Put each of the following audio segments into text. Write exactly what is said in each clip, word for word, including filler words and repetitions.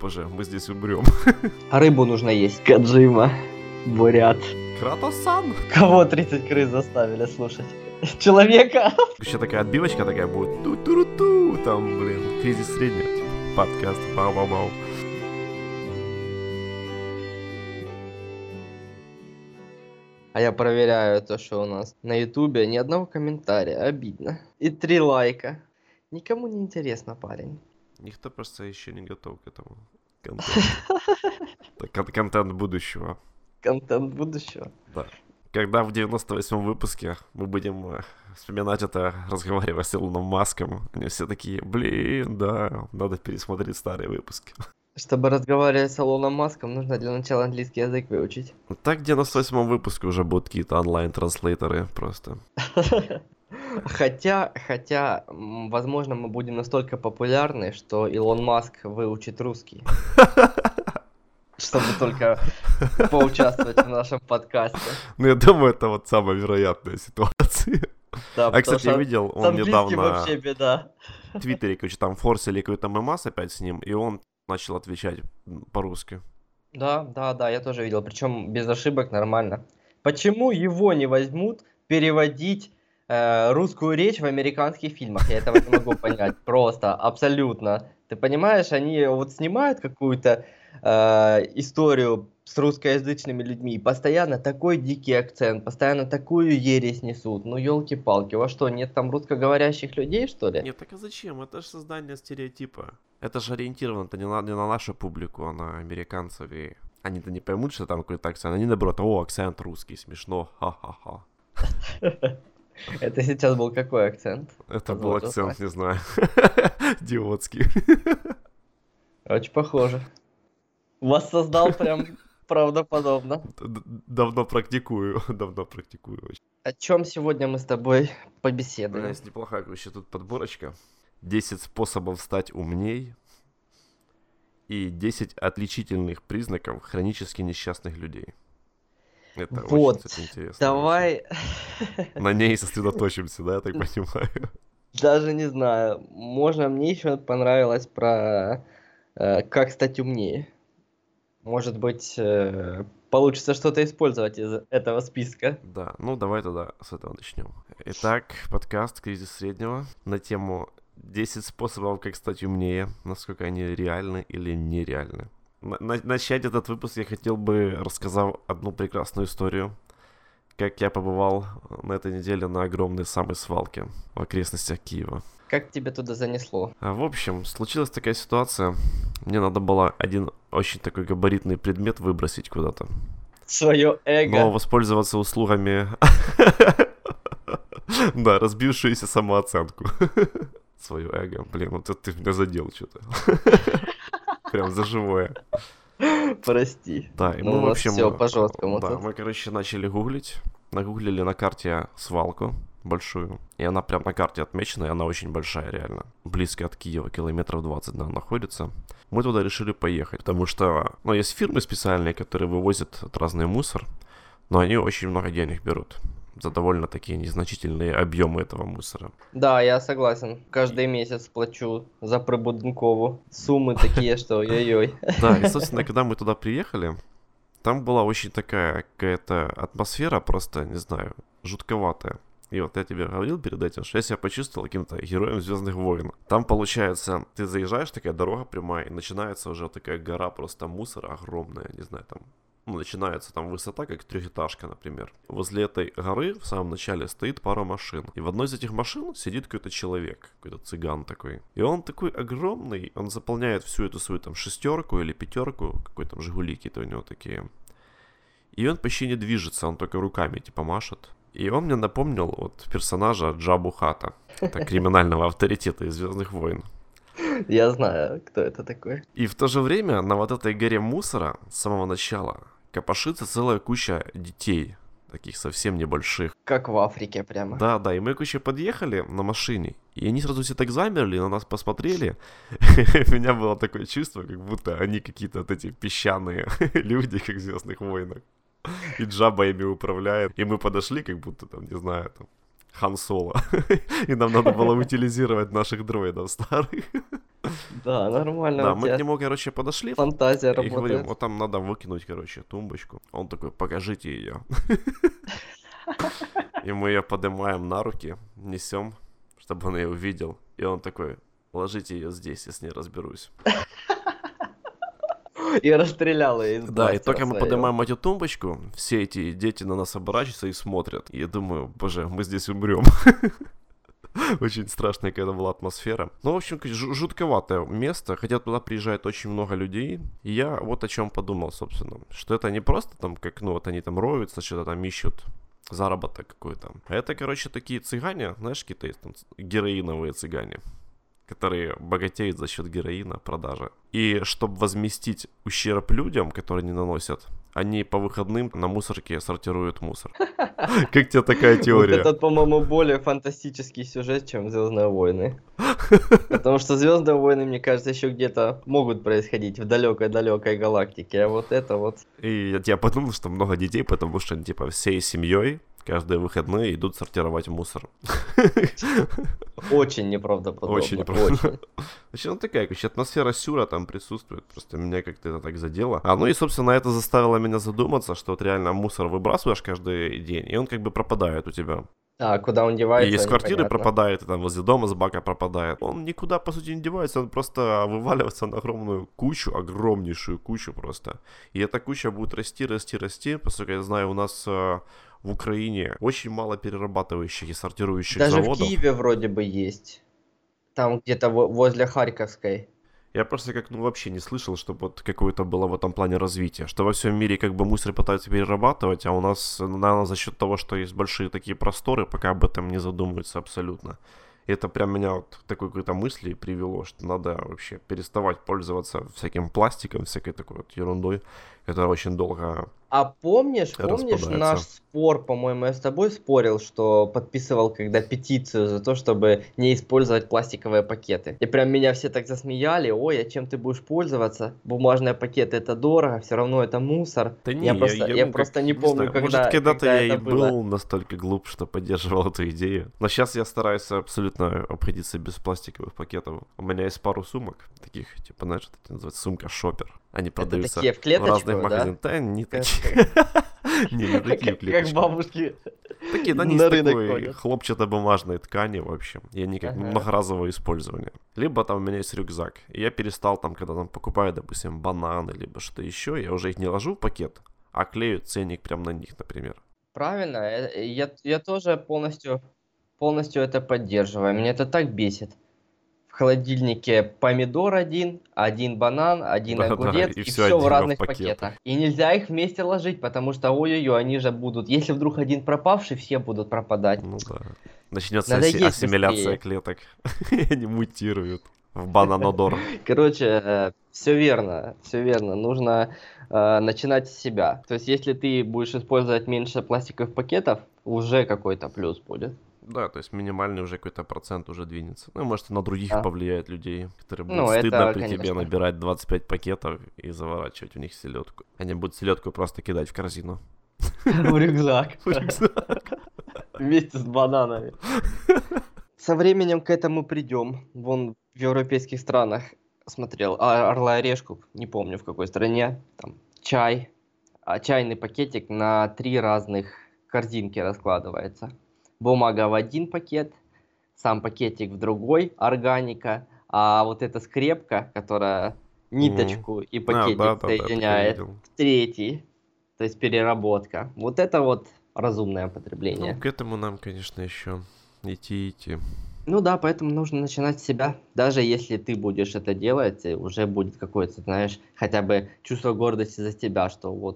же, мы здесь умрем. А рыбу нужно есть. Каджима. Бурят. Кратос-сан. Кого тридцать крыс заставили слушать? Человека. Еще такая отбивочка такая будет. Ту-ту-ру-ту. Там, блин, кризис среднего. Типа, подкаст. Бау-бау-бау. А я проверяю то, что у нас на ютубе ни одного комментария. Обидно. И три лайка. Никому не интересно, парень. Никто просто еще не готов к этому контенту. Кон- Контент будущего. Контент будущего. Да. Когда в девяносто восьмом выпуске мы будем э, вспоминать это, разговаривая с Илоном Маском, они все такие, блин, да, надо пересмотреть старые выпуски. Чтобы разговаривать с Илоном Маском, нужно для начала английский язык выучить. Так в девяносто восьмом выпуске уже будут какие-то онлайн-транслейтеры просто. Хотя, хотя, м, возможно, мы будем настолько популярны, что Илон Маск выучит русский. Чтобы только поучаствовать в нашем подкасте. Ну, я думаю, это вот самая вероятная ситуация. Да, А, потому кстати, я что видел, с он английским недавно вообще беда. в Твиттере, короче, там форсили какой-то мемас опять с ним, и он начал отвечать м, по-русски. Да, да, да, я тоже видел, причем без ошибок нормально. Почему его не возьмут переводить э, русскую речь в американских фильмах? Я этого не могу понять. Просто, абсолютно. Ты понимаешь, они вот снимают какую-то э, историю с русскоязычными людьми, и постоянно такой дикий акцент, постоянно такую ересь несут. Ну, елки-палки, у вас что, нет там русскоговорящих людей, что ли? Нет, так а зачем? Это же создание стереотипа. Это же ориентировано-то не на, не на нашу публику, а на американцев. И они-то не поймут, что там какой-то акцент. Они наоборот, о, акцент русский, смешно, ха-ха-ха. Это сейчас был какой акцент? Это был Позвольте акцент, узнать. не знаю, идиотский. Очень похоже. Воссоздал прям правдоподобно. Д- Давно практикую, давно практикую. очень. О чем сегодня мы с тобой У меня побеседуем? есть неплохая, короче, тут подборочка. десять способов стать умней и десять отличительных признаков хронически несчастных людей. Это очень, Вот, кстати, интересно. давай, очень. На ней сосредоточимся, да, я так понимаю. даже не знаю, можно, мне еще понравилось про э, как стать умнее. Может быть, э, получится что-то использовать из этого списка. Да, ну давай тогда с этого начнем. Итак, подкаст «Кризис среднего» на тему десять способов, как стать умнее, насколько они реальны или нереальны. На- на- начать этот выпуск я хотел бы, рассказав одну прекрасную историю, как я побывал на этой неделе на огромной самой свалке в окрестностях Киева. Как тебе туда занесло? А, В общем, случилась такая ситуация. Мне надо было один очень такой габаритный предмет выбросить куда-то. Свое эго. Но воспользоваться услугами... Да, разбившуюся самооценку. Свое эго. Блин, вот это ты меня задел что-то. Прям за живое. Прости. Да, и Ну, мы, у в нас общем... всё по-жёсткому Да, тут. мы, короче, начали гуглить. Нагуглили на карте свалку большую. И она прям на карте отмечена, и она очень большая, реально. Близко от Киева, километров двадцать, да, находится. Мы туда решили поехать, потому что, ну, есть фирмы специальные, которые вывозят вот разный мусор, но они очень много денег берут за довольно такие незначительные объемы этого мусора. Да, я согласен. Каждый месяц плачу за прибудинкову. Суммы такие, что ой-ой. Да, и, собственно, когда мы туда приехали, там была очень такая какая-то атмосфера, просто, не знаю, жутковатая. И вот я тебе говорил перед этим, что я себя почувствовал каким-то героем «Звездных войн». Там, получается, ты заезжаешь, такая дорога прямая, и начинается уже такая гора просто мусора огромная, не знаю, там, ну, начинается там высота, как трехэтажка, например. Возле этой горы в самом начале стоит пара машин. И в одной из этих машин сидит какой-то человек, какой-то цыган такой. И он такой огромный, он заполняет всю эту свою там шестерку или пятерку, какой там «Жигули» какие-то у него такие. И он почти не движется, он только руками типа машет. И он мне напомнил вот персонажа Джабу Хата, это криминального авторитета из «Звездных войн». Я знаю, кто это такой. И в то же время на вот этой горе мусора с самого начала копошится целая куча детей, таких совсем небольших. Как в Африке прямо. Да, да, и мы, короче, подъехали на машине, и они сразу все так замерли, на нас посмотрели. У меня было такое чувство, как будто они какие-то вот эти песчаные люди, как в «Звездных войнах». И Джаба ими управляет. И мы подошли, как будто там, не знаю, там, Хан Соло. И нам надо было утилизировать наших дроидов старых. Да, нормально Да, у мы к тебя нему, короче, подошли фантазия и говорим, работает. вот там надо выкинуть, короче, тумбочку. Он такой, покажите ее. И мы ее поднимаем на руки, несем, чтобы он ее увидел. И он такой, ложите ее здесь, я с ней разберусь. И расстрелял ее из Да, и бластера только мы своего. поднимаем эту тумбочку, все эти дети на нас оборачиваются и смотрят. И я думаю, боже, мы здесь умрем. Очень страшная какая-то была атмосфера. Ну, в общем, ж- жутковатое место, хотя туда приезжает очень много людей. И я вот о чем подумал, собственно. Что это не просто там, как, ну, вот они там роются, что-то там ищут заработок какой-то. А это, короче, такие цыгане, знаешь, какие-то есть там героиновые цыгане, которые богатеют за счет героина, продажи. И чтобы возместить ущерб людям, которые не наносят, они по выходным на мусорке сортируют мусор. Как тебе такая Вот теория? этот, по-моему, более фантастический сюжет, чем Звездные войны. Потому что Звездные войны, мне кажется, еще где-то могут происходить в далекой-далекой галактике. А вот это вот. И я подумал, что много детей, потому что они типа всей семьей каждые выходные идут сортировать мусор. Очень неправдоподобно. Очень неправдоподобно. Очень. Значит, ну такая, короче, атмосфера сюра там присутствует. Просто меня как-то это так задело. А ну и, собственно, это заставило меня задуматься, что вот реально мусор выбрасываешь каждый день, и он как бы пропадает у тебя. А куда он И девается, из квартиры непонятно. пропадает, и там возле дома с бака пропадает. Он никуда, по сути, не девается, он просто вываливается на огромную кучу, огромнейшую кучу просто. И эта куча будет расти, расти, расти. Поскольку я знаю, у нас э, в Украине очень мало перерабатывающих и сортирующих Даже заводов. в Киеве вроде бы есть. Там где-то во- возле Харьковской. Я просто как, ну, вообще не слышал, чтобы вот какое-то было в этом плане развитие. Что во всем мире как бы мусор пытаются перерабатывать, а у нас, наверное, за счет того, что есть большие такие просторы, пока об этом не задумываются абсолютно. И это прям меня вот к такой какой-то мысли привело, что надо вообще переставать пользоваться всяким пластиком, всякой такой вот ерундой, которая очень долго... А помнишь, помнишь Распадается. наш спор, по-моему, я с тобой спорил, что подписывал когда петицию за то, чтобы не использовать пластиковые пакеты. И прям меня все так засмеяли, ой, а чем ты будешь пользоваться? Бумажные пакеты это дорого, все равно это мусор. Да не, я я, просто, я, я ну, просто как, не помню, знаю, когда, может, когда-то когда я это и было. был настолько глуп, что поддерживал эту идею. Но сейчас я стараюсь абсолютно обходиться без пластиковых пакетов. У меня есть пару сумок, таких, типа, знаешь, это называется сумка-шопер. Они Это продаются такие в в клеточку, разных да? магазинах. Да, не Как- такие. Не, не такие Как, как клеточки. бабушки Такие, да, не на из рынок такой ходят. хлопчатобумажной ткани, в общем. И они как Ага. многоразовое использование. Либо там у меня есть рюкзак. И я перестал там, когда там покупаю, допустим, бананы, либо что еще, я уже их не ложу в пакет, а клею ценник прям на них, например. Правильно, э, я, я тоже полностью, полностью это поддерживаю. Меня это так бесит. В холодильнике помидор один, один банан, один Да-да, огурец, и и всё все в отдельно в разных пакетах. пакетах. И нельзя их вместе ложить, потому что, ой-ой-ой, они же будут... Если вдруг один пропавший, все будут пропадать. Ну да. Начнется Надо аси- есть ассимиляция быстрее. клеток. И они мутируют в бананодор. Короче, все верно, все верно. Нужно э, начинать с себя. То есть, если ты будешь использовать меньше пластиковых пакетов, уже какой-то плюс будет. Да, то есть минимальный уже какой-то процент уже двинется. Ну, может, и на других Да. повлияет людей, которые будут Ну, стыдно это, при тебе конечно. набирать двадцать пять пакетов и заворачивать в них селедку. Они будут селедку просто кидать в корзину. В рюкзак. В рюкзак. Вместе с бананами. Со временем к этому придем. Вон в европейских странах смотрел а, Орла и Решку, не помню в какой стране, там чай, а чайный пакетик на три разных корзинки раскладывается. Бумага в один пакет, сам пакетик в другой, органика, а вот эта скрепка, которая ниточку и А, пакетик да, да, да, я такое соединяет, видел. в третий, то есть переработка. Вот это вот разумное Ну, потребление. к этому нам, конечно, еще идти идти. Ну да, поэтому нужно начинать с себя. Даже если ты будешь это делать, э, уже будет какое-то, знаешь, хотя бы чувство гордости за себя, что вот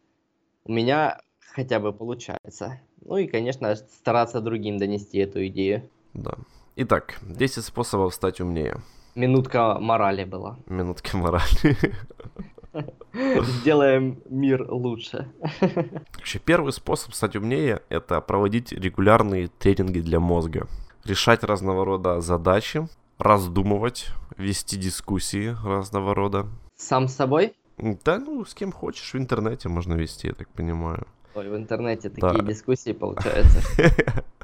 у меня хотя бы получается. Ну и, конечно, стараться другим донести эту идею. Да. Итак, десять способов стать умнее. Минутка морали была. Минутка морали. Сделаем мир лучше. Вообще, первый способ стать умнее – это проводить регулярные тренинги для мозга. Решать разного рода задачи, раздумывать, вести дискуссии разного рода. Сам с собой? Да, ну, с кем хочешь, в интернете можно вести, я так понимаю. Ой, в интернете Да. такие дискуссии получаются.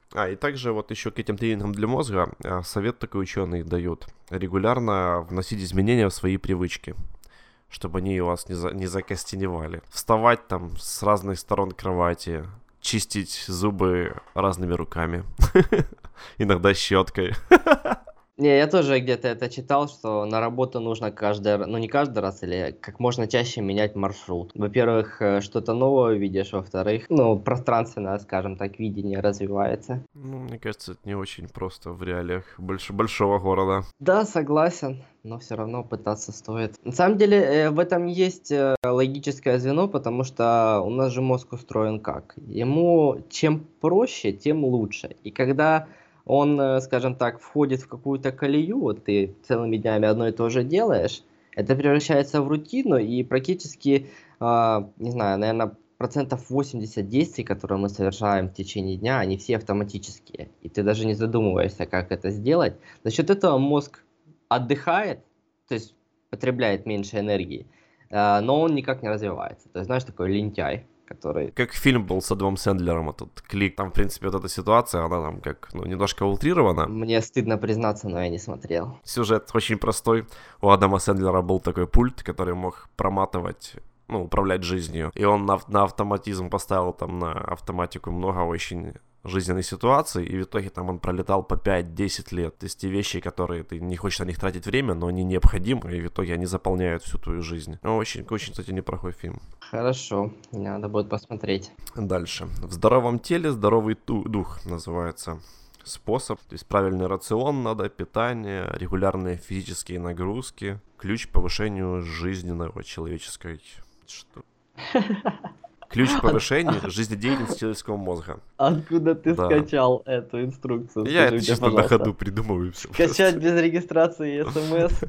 А, и также вот еще к этим тренингам для мозга а, совет такой ученый дают. Регулярно вносить изменения в свои привычки, чтобы они у вас не, за, не закостеневали. Вставать там с разных сторон кровати, чистить зубы разными руками, иногда щеткой. Не, я тоже где-то это читал, что на работу нужно каждый, р- ну не каждый раз, или как можно чаще менять маршрут. Во-первых, э, что-то новое видишь, во-вторых, ну, пространственное, скажем так, видение развивается. Ну, мне кажется, это не очень просто в реалиях больш- большого города. Да, согласен, но все равно пытаться стоит. На самом деле, э, в этом есть э, логическое звено, потому что у нас же мозг устроен как? Ему чем проще, тем лучше. И когда он, э, скажем так, входит в какую-то колею, вот ты целыми днями одно и то же делаешь, это превращается в рутину, и практически, а, не знаю, наверное, процентов восемьдесят действий, которые мы совершаем в течение дня, они все автоматические. И ты даже не задумываешься, как это сделать. За счет этого мозг отдыхает, то есть потребляет меньше энергии, а, но он никак не развивается. То есть, знаешь, такой лентяй, который... Как фильм был с Адамом Сэндлером, этот клик. Там, в принципе, вот эта ситуация, она там как, ну, немножко утрирована. Мне стыдно признаться, но я не смотрел. Сюжет очень простой. У Адама Сэндлера был такой пульт, который мог проматывать, ну, управлять жизнью. И он на, на автоматизм поставил там на автоматику много очень жизненных ситуаций, и в итоге там он пролетал по пять-десять лет. То есть те вещи, которые ты не хочешь на них тратить время, но они необходимы, и в итоге они заполняют всю твою жизнь. Ну, очень, очень, кстати, неплохой фильм. Хорошо, надо будет посмотреть. Дальше. В здоровом теле здоровый ту- дух называется способ. То есть правильный рацион надо, питание, регулярные физические нагрузки. Ключ к повышению жизненного человеческой... Что? Ключ к повышению жизнедеятельности человеческого мозга. Откуда ты Да. скачал эту инструкцию? Я Скажи это мне, чисто на пожалуйста. ходу придумываю все. Скачать без регистрации и смс.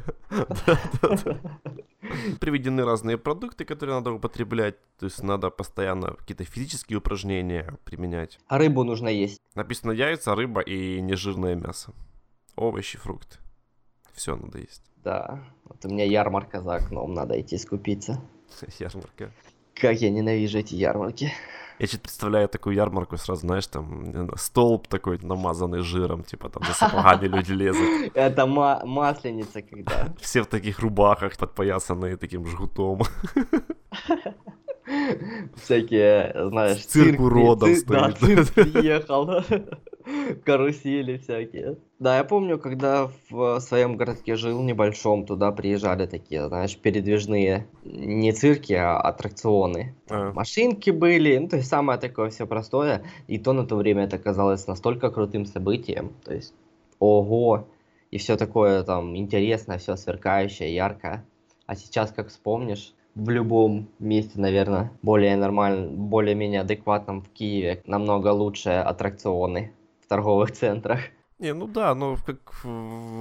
Приведены разные продукты, которые надо употреблять. То есть надо постоянно какие-то физические упражнения применять. А рыбу нужно есть. Написано яйца, рыба и нежирное мясо. Овощи, фрукты. Все надо есть. Да. Вот у меня ярмарка за окном, надо идти скупиться. Ярмарка. Как я ненавижу эти ярмарки. Я чуть представляю такую ярмарку, сразу, знаешь, там не знаю, столб такой намазанный жиром, типа там за сапогами люди лезут. Это ма- масленица, когда. Все в таких рубахах, подпоясанные таким жгутом. Всякие, знаешь, С цирк цирк- уродов цирк- Да, стоит. цирк приехал. Карусели всякие. Да, я помню, когда в своем городке жил, небольшом, туда приезжали такие, знаешь, передвижные, не цирки, а аттракционы. Там А. машинки были, ну, то есть самое такое все простое. И то на то время это казалось настолько крутым событием. То есть, ого, и все такое там интересное, все сверкающее, яркое. А сейчас, как вспомнишь, в любом месте, наверное, более нормально, более-менее адекватном в Киеве намного лучше аттракционы в торговых центрах. Не, ну да, но как в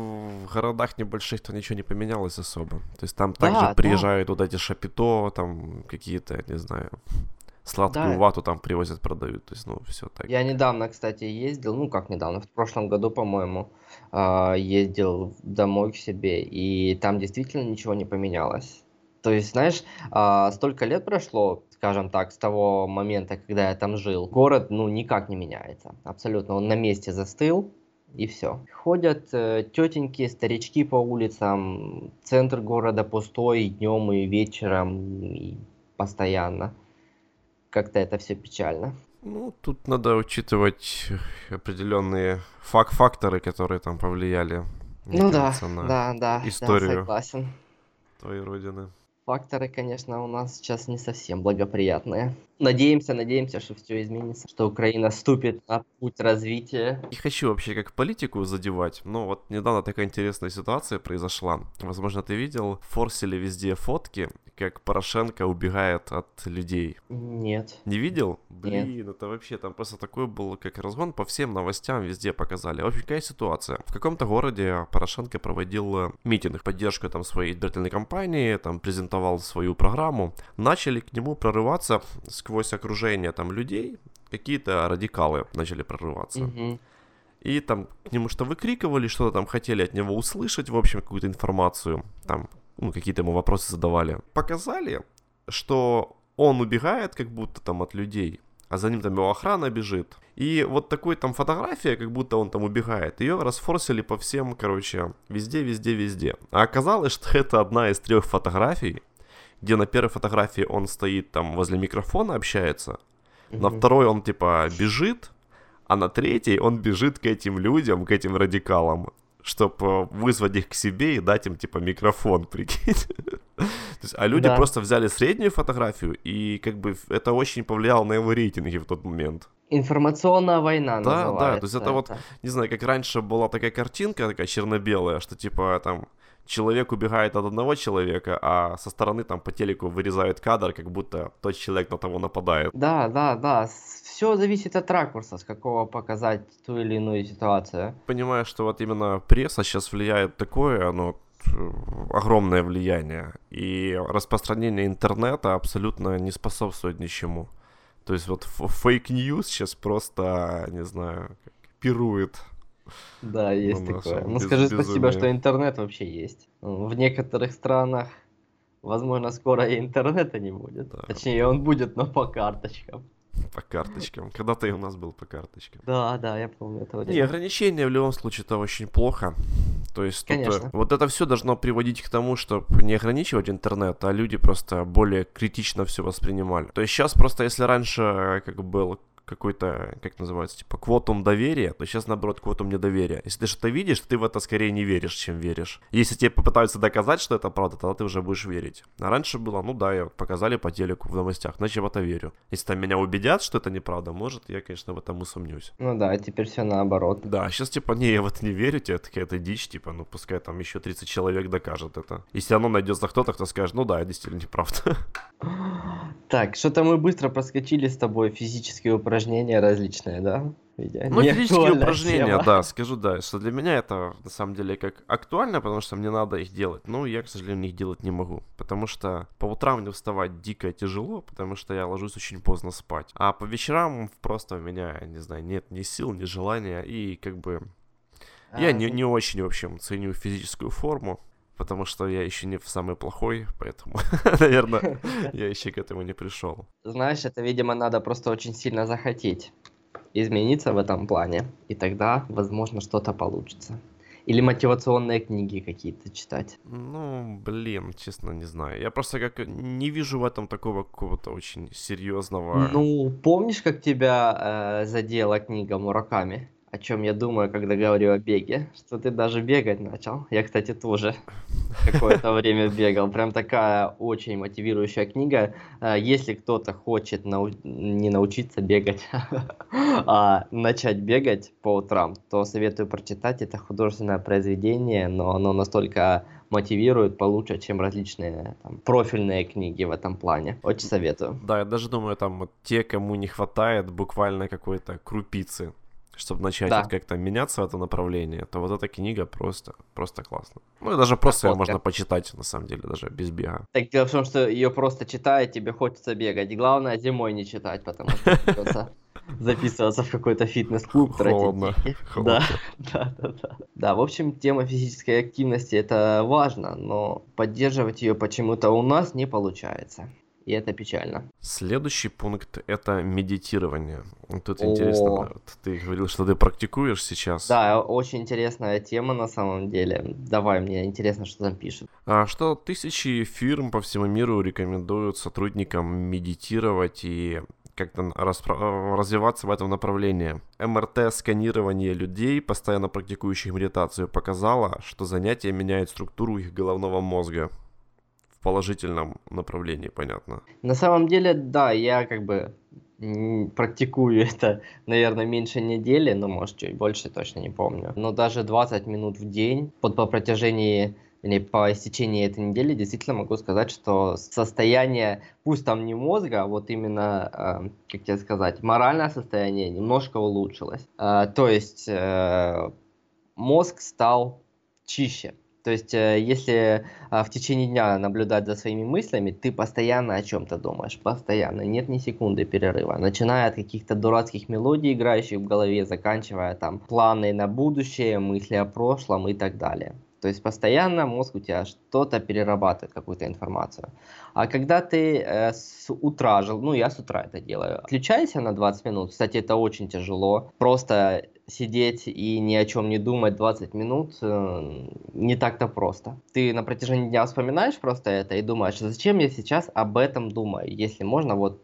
в городах небольших-то ничего не поменялось особо. То есть там Да, также да. приезжают вот эти шапито, там какие-то, не знаю, сладкую Да. вату там привозят, продают. То есть, ну, все так. Я недавно, кстати, ездил, ну как недавно, в прошлом году, по-моему, а, ездил домой к себе, и там действительно ничего не поменялось. То есть, знаешь, а, столько лет прошло, скажем так, с того момента, когда я там жил. Город, ну, никак не меняется. Абсолютно. Он на месте застыл, и все. Ходят э, тетеньки, старички по улицам, центр города пустой и днем, и вечером, и постоянно. Как-то это все печально. Ну, тут надо учитывать определенные фак факторы, которые там повлияли, мне Ну да, кажется, на да, да, да, историю согласен. твоей родины. Факторы, конечно, у нас сейчас не совсем благоприятные. Надеемся, надеемся, что все изменится, что Украина ступит на путь развития. Не хочу вообще как политику задевать, но вот недавно такая интересная ситуация произошла. Возможно, ты видел, форсили везде фотки, как Порошенко убегает от людей. Нет. Не видел? Нет. Блин, это вообще там просто такой был как разгон по всем новостям, везде показали. В общем, какая ситуация? В каком-то городе Порошенко проводил э, митинг в поддержку там своей избирательной кампании, там презентовал свою программу. Начали к нему прорываться сквозь окружение там людей, какие-то радикалы начали прорываться. Мгм. И там к нему что выкрикивали, что-то там хотели от него услышать, в общем, какую-то информацию, там, ну, какие-то ему вопросы задавали. Показали, что он убегает как будто там от людей, а за ним там его охрана бежит. И вот такой там фотография, как будто он там убегает, ее расфорсили по всем, короче, везде, везде, везде. А оказалось, что это одна из трех фотографий, где на первой фотографии он стоит там возле микрофона, общается, mm-hmm. на второй он типа бежит, а на третьей он бежит к этим людям, к этим радикалам, чтобы вызвать их к себе и дать им типа микрофон, прикинь. То есть, а люди да. просто взяли среднюю фотографию, и как бы это очень повлияло на его рейтинги в тот момент. Информационная война да, называется. Да, то есть это, это вот, не знаю, как раньше была такая картинка, такая черно-белая, что типа там человек убегает от одного человека, а со стороны там по телеку вырезают кадр, как будто тот человек на того нападает. Да, да, да. Все зависит от ракурса, с какого показать ту или иную ситуацию. Понимаю, что вот именно пресса сейчас влияет такое, оно огромное влияние. И распространение интернета абсолютно не способствует ничему. То есть вот фейк-ньюс сейчас просто, не знаю, пирует. Да, есть такое. Ну, без, скажи безумие. Спасибо, что интернет вообще есть. В некоторых странах, возможно, скоро и интернета не будет. Да. Точнее, он будет, но по карточкам. По карточкам. Когда-то и у нас был по карточкам. Да, да, я помню это время. Не, ограничения в любом случае это очень плохо. То есть тут, вот это все должно приводить к тому, чтобы не ограничивать интернет, а люди просто более критично все воспринимали. То есть сейчас просто, если раньше как был какой-то, как называется, типа квотум доверия, то сейчас, наоборот, квотум недоверия. Если ты что-то видишь, ты в это скорее не веришь, чем веришь. Если тебе попытаются доказать, что это правда, тогда ты уже будешь верить. А раньше было, ну да, я показали по телеку в новостях, значит, я в это верю. Если там меня убедят, что это неправда, может, я, конечно, в этом усомнюсь. Ну да, теперь все наоборот. Да, сейчас типа, не, я в это не верю, тебе такая-то дичь, типа, ну пускай там еще тридцать человек докажет это. Если оно найдется кто-то, кто скажет, ну да, это действительно неправда. Так, что-то мы быстро проскочили с тобой физические упражнения различные, да? Видя, ну, физические упражнения, тема. Да, скажу, да, что для меня это, на самом деле, как актуально, потому что мне надо их делать, но я, к сожалению, их делать не могу, потому что по утрам мне вставать дико тяжело, потому что я ложусь очень поздно спать, а по вечерам просто у меня, не знаю, нет ни сил, ни желания, и как бы а, я не, не очень, в общем, ценю физическую форму. Потому что я еще не в самый плохой, поэтому, наверное, я еще к этому не пришел. Знаешь, это, видимо, надо просто очень сильно захотеть измениться в этом плане, и тогда, возможно, что-то получится. Или мотивационные книги какие-то читать. Ну, блин, честно, не знаю. Я просто как не вижу в этом такого какого-то очень серьезного... Ну, помнишь, как тебя э, задела книга Мураками? О чем я думаю, когда говорю о беге, что ты даже бегать начал. Я, кстати, тоже какое-то время бегал. Прям такая очень мотивирующая книга. Если кто-то хочет нау- не научиться бегать, а начать бегать по утрам, то советую прочитать. Это художественное произведение, но оно настолько мотивирует получше, чем различные там, профильные книги в этом плане. Очень советую. Да, я даже думаю, там вот те, кому не хватает буквально какой-то крупицы, чтобы начать да. вот как-то меняться в это направление, то вот эта книга просто, просто классно. Ну и даже просто ее можно почитать, на самом деле, даже без бега. Так дело в том, что ее просто читая, тебе хочется бегать. Главное зимой не читать, потому что придется записываться в какой-то фитнес-клуб, тратить деньги. Да, да, да, да. Да, в общем, тема физической активности это важно, но поддерживать ее почему-то у нас не получается. И это печально. Следующий пункт — это медитирование. Тут О. интересно, ты говорил, что ты практикуешь сейчас. Да, очень интересная тема на самом деле. Давай, мне интересно, что там пишут. А что тысячи фирм по всему миру рекомендуют сотрудникам медитировать и как-то распро- развиваться в этом направлении. эм эр тэ-сканирование людей, постоянно практикующих медитацию, показало, что занятие меняет структуру их головного мозга. В положительном направлении, понятно. На самом деле, да, я как бы практикую это, наверное, меньше недели, но может чуть больше, точно не помню. Но даже двадцать минут в день под по протяжении или по истечении этой недели действительно могу сказать, что состояние, пусть там не мозга, а вот именно, э, как тебе сказать, моральное состояние немножко улучшилось. Э, то есть э, мозг стал чище. То есть, если в течение дня наблюдать за своими мыслями, ты постоянно о чем-то думаешь, постоянно, нет ни секунды перерыва, начиная от каких-то дурацких мелодий, играющих в голове, заканчивая там планы на будущее, мысли о прошлом и так далее. То есть постоянно мозг у тебя что-то перерабатывает, какую-то информацию. А когда ты э, с утра жил, ну я с утра это делаю, отключайся на двадцать минут. Кстати, это очень тяжело. Просто сидеть и ни о чем не думать двадцать минут э, не так-то просто. Ты на протяжении дня вспоминаешь просто это и думаешь, зачем я сейчас об этом думаю, если можно вот,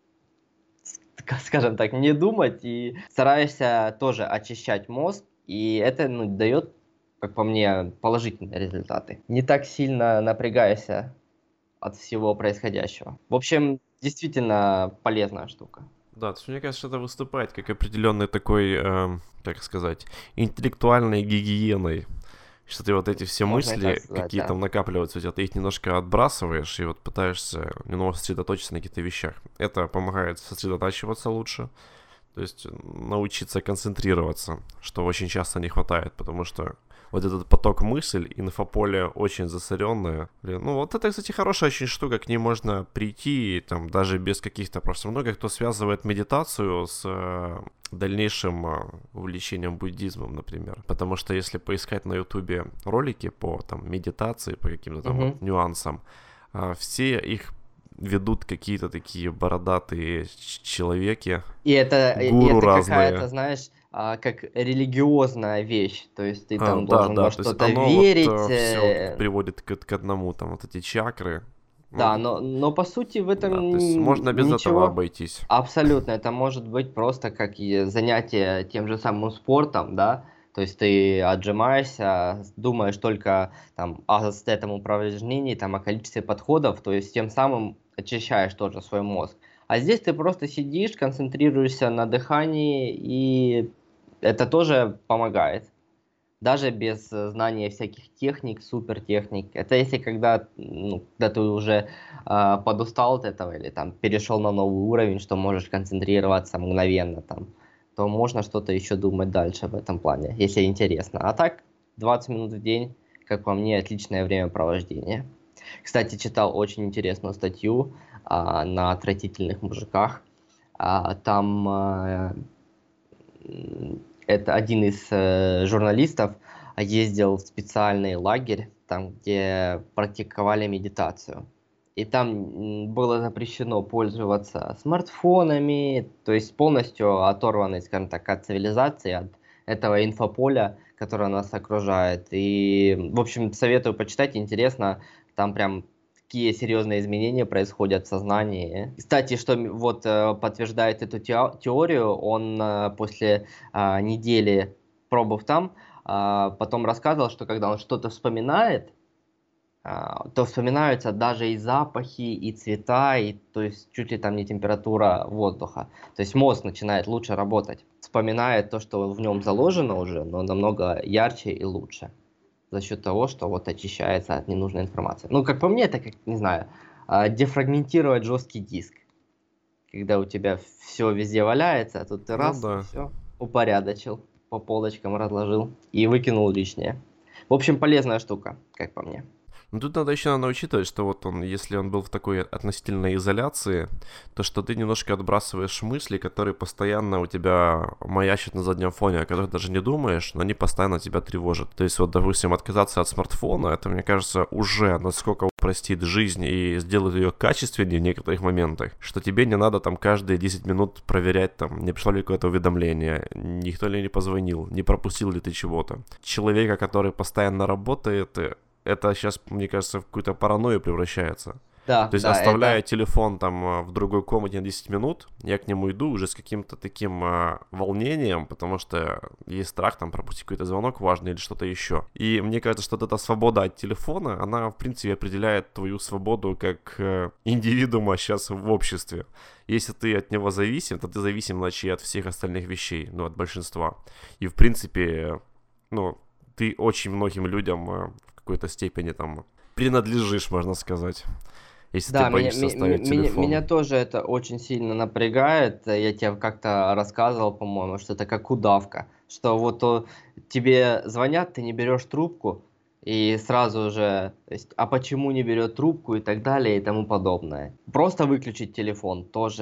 скажем так, не думать, и стараешься тоже очищать мозг, и это, ну, дает, как по мне, положительные результаты. Не так сильно напрягайся от всего происходящего. В общем, действительно полезная штука. Да, то есть, мне кажется, это выступает как определенный такой, эм, как сказать, интеллектуальной гигиеной. Что ты вот эти все Можно и так мысли, сказать, какие да. там накапливаются у тебя, ты их немножко отбрасываешь и вот пытаешься немного сосредоточиться на каких-то вещах. Это помогает сосредотачиваться лучше, то есть научиться концентрироваться, что очень часто не хватает, потому что вот этот поток мыслей, инфополе очень засоренное. Блин, ну вот это, кстати, хорошая очень штука, к ней можно прийти, там, даже без каких-то, просто много кто связывает медитацию с э, дальнейшим э, увлечением буддизмом, например. Потому что если поискать на ютубе ролики по там медитации, по каким-то там Мгм. вот нюансам, э, все их ведут какие-то такие бородатые ч- человеки, И это, и гуру это какая-то, разные. знаешь, а, как религиозная вещь. То есть ты А, там да, должен да, во то есть что-то оно вот верить. все вот э, приводит к, к одному, там вот эти чакры. Ну, Да, но, но по сути в этом да, то есть можно без этого ничего. обойтись. Абсолютно, это может быть просто как и занятие тем же самым спортом, да, то есть ты отжимаешься, думаешь только там о с этом упражнении, там о количестве подходов, то есть тем самым очищаешь тоже свой мозг. А здесь ты просто сидишь, концентрируешься на дыхании, и это тоже помогает. Даже без э, знания всяких техник, супер техник. Это если когда, ну, когда ты уже а, подустал от этого или там перешел на новый уровень, что можешь концентрироваться мгновенно там, то можно что-то еще думать дальше в этом плане, если интересно. А так, двадцать минут в день, как по мне, отличное времяпровождение. Кстати, читал очень интересную статью а, на отвратительных мужиках. А, там а, м, это один из э, журналистов ездил в специальный лагерь, там, где практиковали медитацию. И там м, было запрещено пользоваться смартфонами, то есть полностью оторванный, скажем так, от цивилизации, от этого инфополя, которое нас окружает. И, в общем, советую почитать, интересно, там прям какие серьезные изменения происходят в сознании. Кстати, что м- вот э, подтверждает эту тео- теорию, он э, после а, недели пробыв там, а, потом рассказывал, что когда он что-то вспоминает, а, то вспоминаются даже и запахи, и цвета, и то есть чуть ли там не температура воздуха. То есть мозг начинает лучше работать, вспоминает то, что в нем заложено уже, но намного ярче и лучше за счет того, что вот очищается от ненужной информации. Ну, как по мне, это как, не знаю, а, дефрагментировать жесткий диск, когда у тебя все везде валяется, а тут ты Ну раз и да. все упорядочил, по полочкам разложил и выкинул лишнее. В общем, полезная штука, как по мне. Ну тут надо еще надо учитывать, что вот он, если он был в такой относительной изоляции, то что ты немножко отбрасываешь мысли, которые постоянно у тебя маячат на заднем фоне, о которых даже не думаешь, но они постоянно тебя тревожат. То есть вот, допустим, отказаться от смартфона, это, мне кажется, уже насколько упростит жизнь и сделает ее качественнее в некоторых моментах, что тебе не надо там каждые десять минут проверять, там, не пришло ли какое-то уведомление, никто ли не позвонил, не пропустил ли ты чего-то. Человека, который постоянно работает, это сейчас, мне кажется, в какую-то паранойю превращается. Да, То есть, да, оставляя это телефон там а, в другой комнате на десять минут, я к нему иду уже с каким-то таким а, волнением, потому что есть страх там пропустить какой-то звонок важный или что-то еще. И мне кажется, что вот эта свобода от телефона, она, в принципе, определяет твою свободу как э, индивидуума сейчас в обществе. Если ты от него зависим, то ты зависим, значит, и от всех остальных вещей, ну, от большинства. И, в принципе, ну, ты очень многим людям э, в какой-то степени там принадлежишь, можно сказать, если ты да, меня, боишься ме- ме- оставить меня, телефон. меня тоже это очень сильно напрягает. Э, Я тебе как-то рассказывал, по-моему, что это как удавка. Что вот о, тебе звонят, ты не берешь трубку, и сразу же, то есть, а почему не берет трубку и так далее и тому подобное. Просто выключить телефон тоже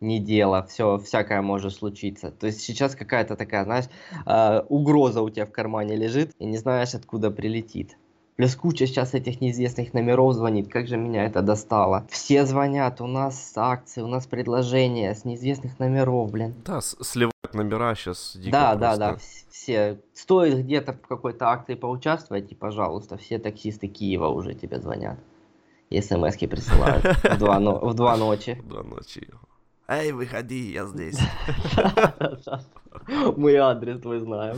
не дело, все, всякое может случиться. То есть сейчас какая-то такая, знаешь, а, угроза у тебя в кармане лежит, и не знаешь, откуда прилетит. Плюс куча сейчас этих неизвестных номеров звонит, как же меня это достало. Все звонят, у нас акции, у нас предложения с неизвестных номеров, блин. Да, с- сливают номера сейчас дико Да, да, да, просто. вс- все. Стоит где-то в какой-то акции поучаствовать, и, пожалуйста, все таксисты Киева уже тебе звонят. И смс-ки присылают в два, но- в два ночи. До ночи. Эй, выходи, я здесь. Да-да-да. Мы адрес твой знаем.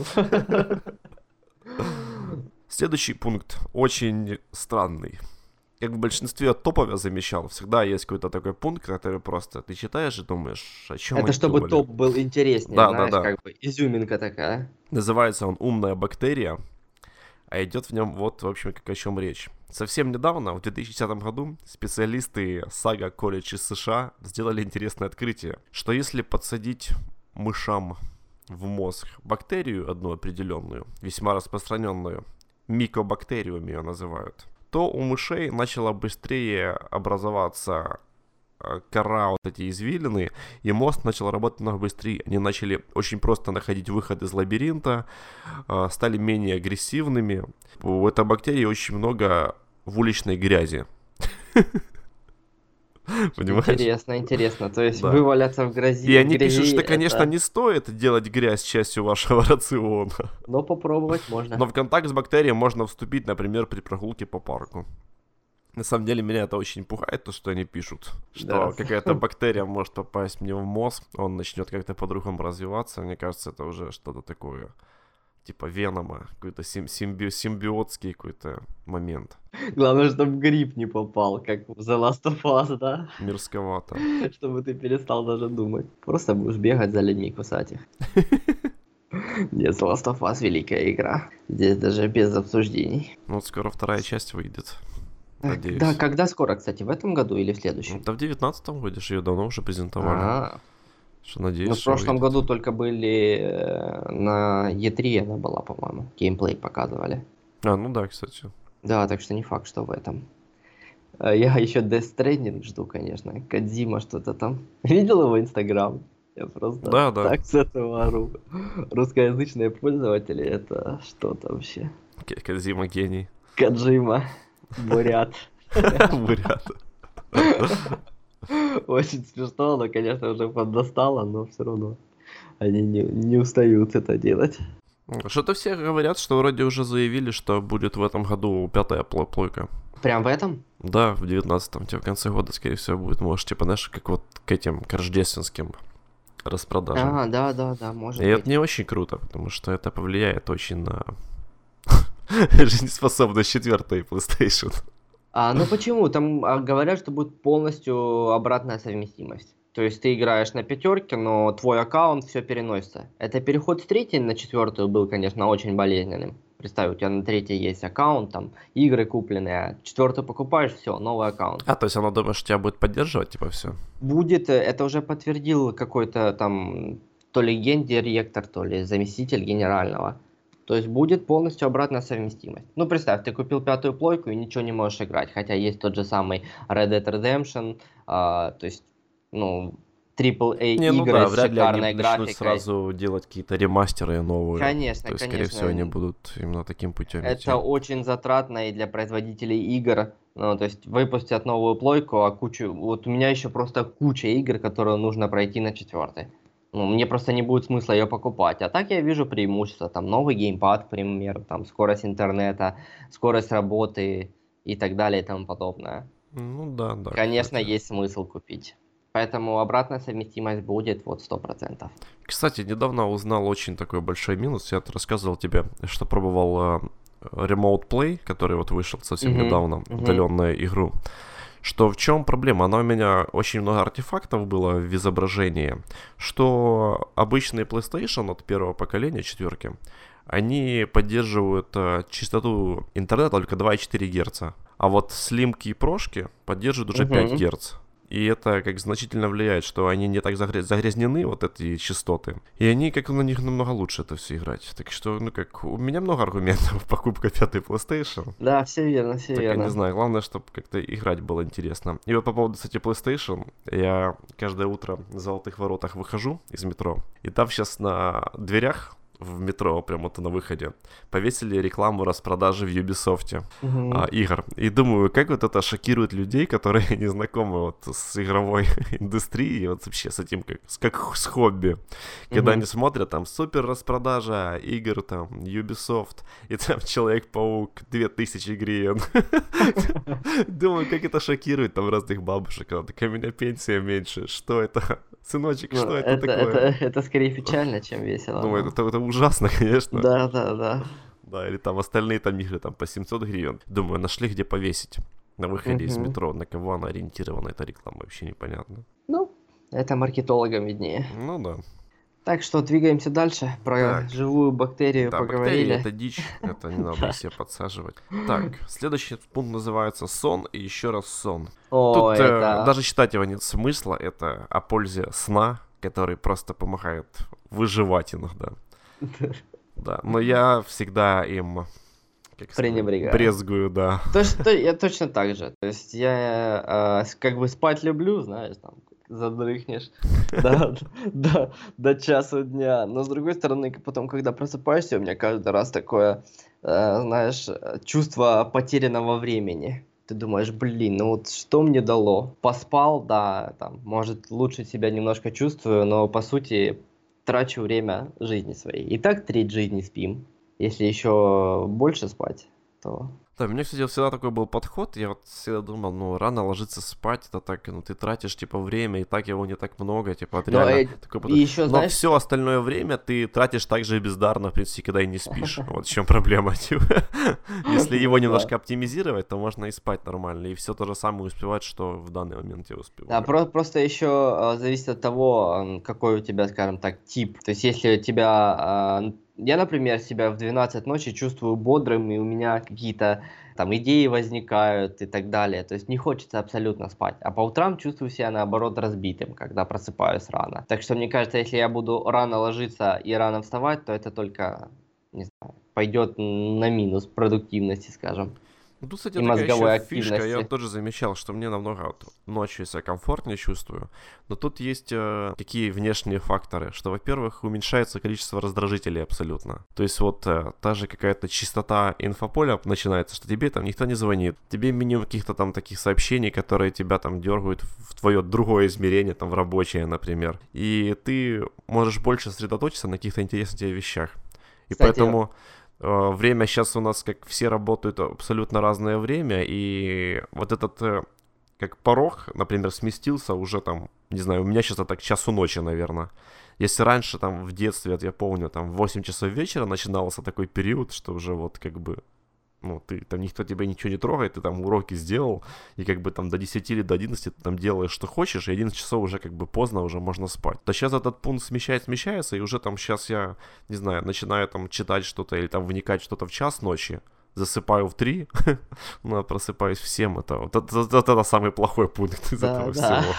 Следующий пункт очень странный. Как в большинстве топов я замечал, всегда есть какой-то такой пункт, который просто ты читаешь и думаешь, о чем Это они чтобы думали. топ был интереснее, Да, да, знаешь, да. как бы изюминка такая. Называется он «Умная бактерия», а идет в нем вот, в общем, как о чем речь. Совсем недавно, в две тысячи десятом году, специалисты Saga College из США сделали интересное открытие, что если подсадить мышам в мозг бактерию одну определенную, весьма распространенную, микобактериум ее называют, то у мышей начала быстрее образоваться э, кора, вот эти извилины, и мозг начал работать намного быстрее. Они начали очень просто находить выход из лабиринта, э, стали менее агрессивными. У этой бактерии очень много в уличной грязи. Понимаешь? Интересно, интересно. То есть Да. вываляться в грязи. И в они пишут, грязи что, конечно, это- не стоит делать грязь частью вашего рациона. Но попробовать можно. Но в контакт с бактерией можно вступить, например, при прогулке по парку. На самом деле меня это очень пугает, то, что они пишут, что Да. какая-то бактерия может попасть мне в мозг, он начнет как-то по-другому развиваться. Мне кажется, это уже что-то такое, типа венома, какой-то сим- симби- симбиотский какой-то момент. Главное, чтобы гриб не попал, как в The Last of Us, да? Мерзковато. Чтобы ты перестал даже думать. Просто будешь бегать за людьми, кусать их. Нет, The Last of Us великая игра. Здесь даже без обсуждений. Ну вот скоро вторая часть выйдет. Так, Надеюсь. да, когда скоро, кстати, в этом году или в Ну, следующем? да в девятнадцатом году же ее давно уже презентовали. А, Что надеюсь, ну в что прошлом выйдет. году только были э, на и три она была, по-моему. Геймплей показывали. А, ну да, кстати. Да, так что не факт, что в этом. А Я еще Death Stranding жду, конечно. Кодзима что-то там. Видел его Инстаграм? Я просто Да, да. так с этого ору. Русскоязычные пользователи, это что-то вообще. К- Кодзима гений. Каджима, бурят. Бурят. Очень смешно, но, конечно, уже поддостало, но все равно они не, не устают это делать. Что-то все говорят, что вроде уже заявили, что будет в этом году пятая пло- плойка. Прям в этом? Да, в девятнадцатом, типа в конце года, скорее всего, будет. Может, типа, знаешь, как вот к этим, к рождественским распродажам. А, да, да, да, может И быть. это не очень круто, потому что это повлияет очень на жизнеспособность четвертой PlayStation. А, ну почему? Там а, говорят, что будет полностью обратная совместимость. То есть ты играешь на пятерке, но твой аккаунт все переносится. Это переход с третьей на четвертую был, конечно, очень болезненным. Представь, у тебя на третьей есть аккаунт, там игры купленные, а четвертую покупаешь, все, новый аккаунт. А, то есть она думает, что тебя будет поддерживать, типа, все. Будет, э, это уже подтвердил какой-то там то ли гендиректор, то ли заместитель генерального. То есть будет полностью обратная совместимость. Ну, представь, ты купил пятую плойку и ничего не можешь играть, хотя есть тот же самый Red Dead Redemption, а, то есть, ну, трипл эй Не, ну игры да, с вряд ли шикарной они начнут графикой. сразу делать какие-то ремастеры новые. Конечно, То есть, скорее конечно. всего, они будут именно таким путем идти. Это очень затратно и для производителей игр. Ну, то есть выпустят новую плойку, а кучу... Вот у меня еще просто куча игр, которые нужно пройти на четвертой. Ну, мне просто не будет смысла ее покупать. А так я вижу преимущества. Там новый геймпад, к примеру, там скорость интернета, скорость работы и так далее и тому подобное. Ну да, да. Конечно, кстати. есть смысл купить. Поэтому обратная совместимость будет вот сто процентов. Кстати, недавно узнал очень такой большой минус. Я рассказывал тебе, что пробовал э, Remote Play, который вот вышел совсем Мгм, недавно, мгм. удаленную игру. Что в чем проблема? Она у меня очень много артефактов было в изображении, что обычный PlayStation от первого поколения, четверки, они поддерживают э, частоту интернета только два и четыре герца. А вот слимки и прошки поддерживают уже Мгм. пять герц. и это как значительно влияет, что они не так загря- загрязнены, вот эти частоты, и они как на них намного лучше это все играть. Так что, ну как, у меня много аргументов покупка пятой PlayStation. Да, все верно, все Так я верно. не знаю, главное, чтобы как-то играть было интересно. И вот по поводу, кстати, PlayStation, я каждое утро в Золотых Воротах выхожу из метро, и там сейчас на дверях в метро, прям вот на выходе, повесили рекламу распродажи в Ubisoft Мгм. а, игр. И думаю, как вот это шокирует людей, которые не знакомы вот с игровой индустрией, вот вообще с этим, как, с- как с хобби. Когда Мгм. они смотрят, там, супер распродажа игр, там, Ubisoft, и там Человек-паук две тысячи гривен. Думаю, как это шокирует там разных бабушек. Она такая, у меня пенсия меньше. Что это? Сыночек, Ну, что это это, это, такое? это скорее печально, чем весело. Думаю, но- это, это ужасно, конечно. Да, да, да. Да, или там остальные там игры там по семьсот гривен. Думаю, нашли где повесить на выходе из Мгм. метро. На кого она ориентирована, эта реклама, вообще непонятно. Ну, это маркетологам виднее. Ну да. Так что двигаемся дальше. Про Так. живую бактерию Да, поговорили. бактерии это дичь, это не надо их себе подсаживать. Так, следующий пункт называется сон и еще раз сон. О, Тут э, это... даже читать его нет смысла, это о пользе сна, который просто помогает выживать иногда. Да, но я всегда им как сказать, Пренебрегаю. брезгую, да. То есть, то- я точно так же. То есть я э, с- как бы спать люблю, знаешь, там задрыхнешь до, до, до часу дня. Но с другой стороны, к- потом, когда просыпаешься, у меня каждый раз такое, э, знаешь, э, чувство потерянного времени. Ты думаешь, блин, ну вот что мне дало? Поспал, да, там, может, лучше себя немножко чувствую, но по сути трачу время жизни своей. И так треть жизни спим. Если еще больше спать, то... Да, у меня, кстати, всегда такой был подход. Я вот всегда думал, ну, рано ложиться спать, это так, ну, ты тратишь, типа, время, и так его не так много, типа, вот Но, реально э, такой и подход. еще, Но знаешь, все остальное время ты тратишь так же бездарно, в принципе, когда и не спишь. Вот в чем проблема, типа. Если его Ну да. немножко оптимизировать, то можно и спать нормально, и все то же самое успевать, что в данный момент я Да, успеваю. про- просто еще а, зависит от того, м, какой у тебя, скажем так, тип. То есть, если у тебя... а, н- я, например, себя в двенадцать ночи чувствую бодрым, и у меня какие-то там идеи возникают и так далее. То есть, не хочется абсолютно спать. А по утрам чувствую себя, наоборот, разбитым, когда просыпаюсь рано. Так что, мне кажется, если я буду рано ложиться и рано вставать, то это только, не знаю, пойдет на минус продуктивности, скажем, Ну, тут, кстати, и такая еще мозговой фишка, я активности. вот тоже замечал, что мне намного вот ночью я себя комфортнее чувствую, но тут есть э, какие внешние факторы, что, во-первых, уменьшается количество раздражителей абсолютно. То есть вот э, та же какая-то чистота инфополя начинается, что тебе там никто не звонит, тебе минимум каких-то там таких сообщений, которые тебя там дергают в твое другое измерение, там в рабочее, например, и ты можешь больше сосредоточиться на каких-то интересных тебе вещах. И Кстати, поэтому э, время сейчас у нас, как все работают абсолютно разное время, и вот этот, э, как порог, например, сместился уже там, не знаю, у меня сейчас это к часу ночи, наверное. Если раньше, там, в детстве, вот я помню, там, в восемь часов вечера начинался такой период, что уже вот как бы, ну, ты, там, никто тебя ничего не трогает, ты там уроки сделал, и как бы там до десяти или до одиннадцати ты там делаешь, что хочешь, и одиннадцать часов уже как бы поздно, уже можно спать. То сейчас этот пункт смещает, смещается, и уже там сейчас я, не знаю, начинаю там читать что-то или там вникать что-то в час ночи, засыпаю в три, ну, а просыпаюсь в семь, это вот это, это, это самый плохой пункт из да, этого да. всего.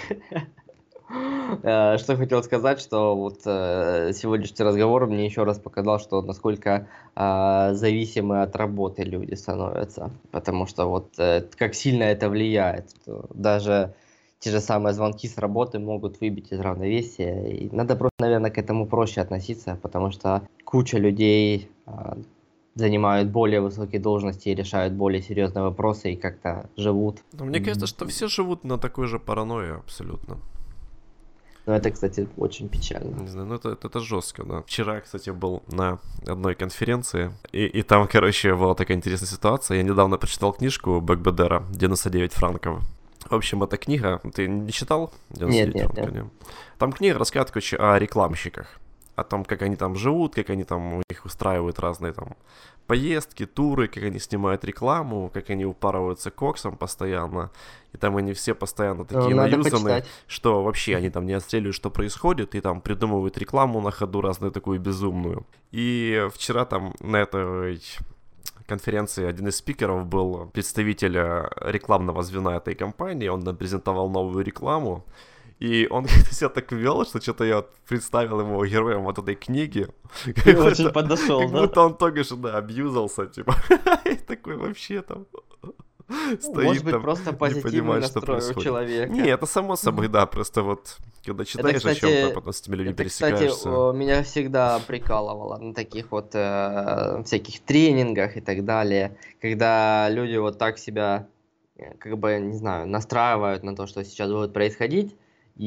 Э, Что хотел сказать, что вот э, сегодняшний разговор мне еще раз показал, что насколько а, зависимы от работы люди становятся, потому что вот э, как сильно это влияет, что даже те же самые звонки с работы могут выбить из равновесия, и надо просто, наверное, к этому проще относиться, потому что куча людей а, занимают более высокие должности и решают более серьезные вопросы и как-то живут. Но мне кажется, что все живут на такой же паранойи абсолютно. Но это, кстати, очень печально. Не знаю, ну это, это, это жестко, да. Вчера, кстати, был на одной конференции, и, и там, короче, была такая интересная ситуация. Я недавно прочитал книжку Бекбедера «девяносто девять франков». В общем, эта книга, ты не читал? Нет, нет, франков, нет. не? Там книга рассказывает, короче, о рекламщиках. О том, как они там живут, как они там, у них устраивают разные там поездки, туры, как они снимают рекламу, как они упарываются коксом постоянно. И там они все постоянно такие Ну, надо наюзаны, почитать. что вообще они там не отстреливают, что происходит, и там придумывают рекламу на ходу разную такую безумную. И вчера там на этой конференции один из спикеров был представитель рекламного звена этой компании, он нам презентовал новую рекламу, и он как-то себя так вел, что что-то я вот представил его героем вот этой книги. Ты очень подошел, как да? будто он только что, да, абьюзался, типа, и такой вообще там... Стоит Может быть, там, просто не позитивный понимает, что настрой у происходит. человека. Не, это само собой, да, просто вот, когда Это, читаешь о кстати, чем-то, потом с этими людьми это, кстати, пересекаешься. о, меня всегда прикалывало на таких вот э, всяких тренингах и так далее, когда люди вот так себя, э, как бы, не знаю, настраивают на то, что сейчас будет происходить,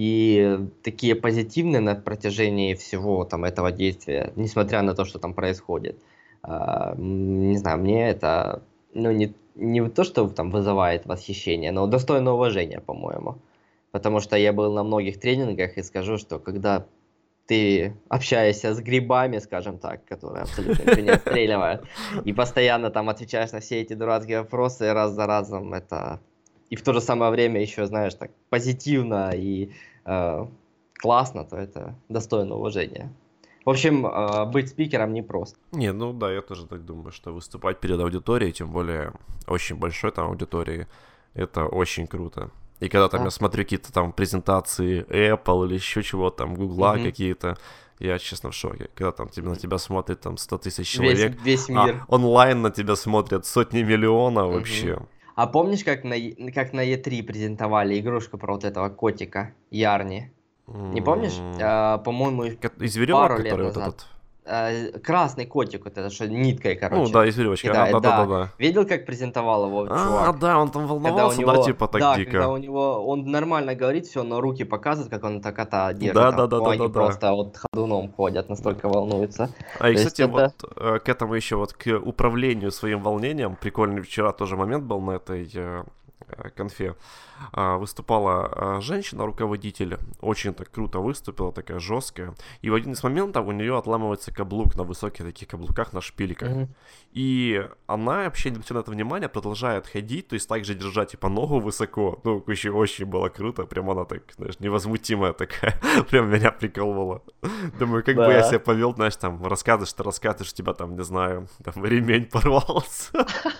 и такие позитивные на протяжении всего там этого действия, несмотря на то, что там происходит. А, м, не знаю, мне это, ну, не, не то, что там вызывает восхищение, но достойно уважения, по-моему. Потому что я был на многих тренингах и скажу, что когда ты общаешься с грибами, скажем так, которые абсолютно ничего не отстреливают, и постоянно там отвечаешь на все эти дурацкие вопросы раз за разом, это... И в то же самое время еще, знаешь, так позитивно и э, классно, то это достойно уважения. В общем, э, быть спикером непросто. Не, ну да, я тоже так думаю, что выступать перед аудиторией, тем более очень большой там аудиторией, это очень круто. И когда там Да. я смотрю какие-то там презентации Apple или еще чего там, Гугла Мгм. какие-то, я честно в шоке. Когда там тебе, на тебя смотрит там сто тысяч Весь, человек, весь а мир. онлайн на тебя смотрят сотни миллионов Мгм. вообще. А помнишь, как на, Е- как на и три презентовали игрушку про вот этого котика Ярни? Не помнишь? М, А, по-моему, ко- Из веревок, пару лет который вот назад. этот. А, красный котик, вот это, что ниткой, Ну короче, да, из веревочки. Ага, кидает. Да. да-да-да-да. Видел, как презентовал его А, чувак? да, он там Когда у волновался, да, него, типа так да, когда дико. у него, он нормально говорит все, но руки показывает, как он это кота держит, а у него они Да-да-да-да-да-да. просто вот ходуном ходят, настолько волнуются. А и, То есть кстати, вот это... э, к этому еще вот к управлению своим волнением, прикольный вчера тоже момент был на этой э, э, конфе. А, выступала а, женщина-руководитель, очень так круто выступила, такая жесткая. И в один из моментов у нее отламывается каблук на высоких таких каблуках, на шпильках. Мгм. И она вообще, не обращая на это внимания, продолжает ходить, то есть также держать типа ногу высоко. Ну, еще очень было круто, прям она так, знаешь, невозмутимая такая, прям меня приколола. Думаю, как бы я Да. себя повел, знаешь, там, рассказываешь, ты рассказываешь, у тебя там, не знаю, там ремень порвался.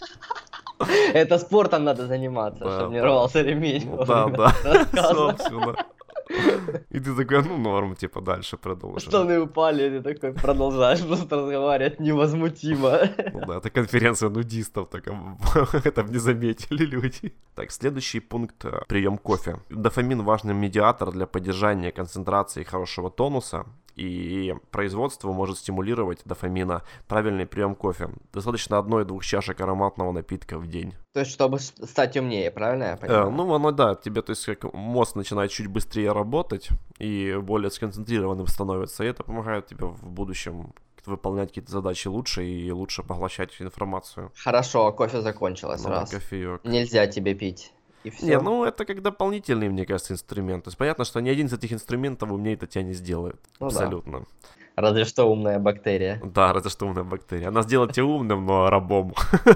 Это спортом надо заниматься, Да, чтобы не да. рвался ремень Ну во да, время да, рассказа. собственно. И ты такой, ну норм, типа дальше продолжим. Штаны упали, и ты такой продолжаешь просто разговаривать невозмутимо. Ну да, это конференция нудистов, так а, это не заметили люди. Так, следующий пункт — прием кофе. Дофамин — важный медиатор для поддержания концентрации и хорошего тонуса. И производство может стимулировать дофамина правильный прием кофе. Достаточно одной-двух чашек ароматного напитка в день. То есть, чтобы с- стать умнее, правильно я Э, понимаю? ну, оно, да, тебе, то есть, как мозг начинает чуть быстрее работать и более сконцентрированным становится, и это помогает тебе в будущем выполнять какие-то задачи лучше и лучше поглощать информацию. Хорошо, кофе закончилось, Ну, раз. кофеек. Нельзя тебе пить. И все. Не, ну это как дополнительный, мне кажется, инструмент. То есть понятно, что ни один из этих инструментов умнее это тебя не сделает. Ну да. Абсолютно. Разве что умная бактерия. Да, разве что умная бактерия. Она сделает тебя умным, но рабом.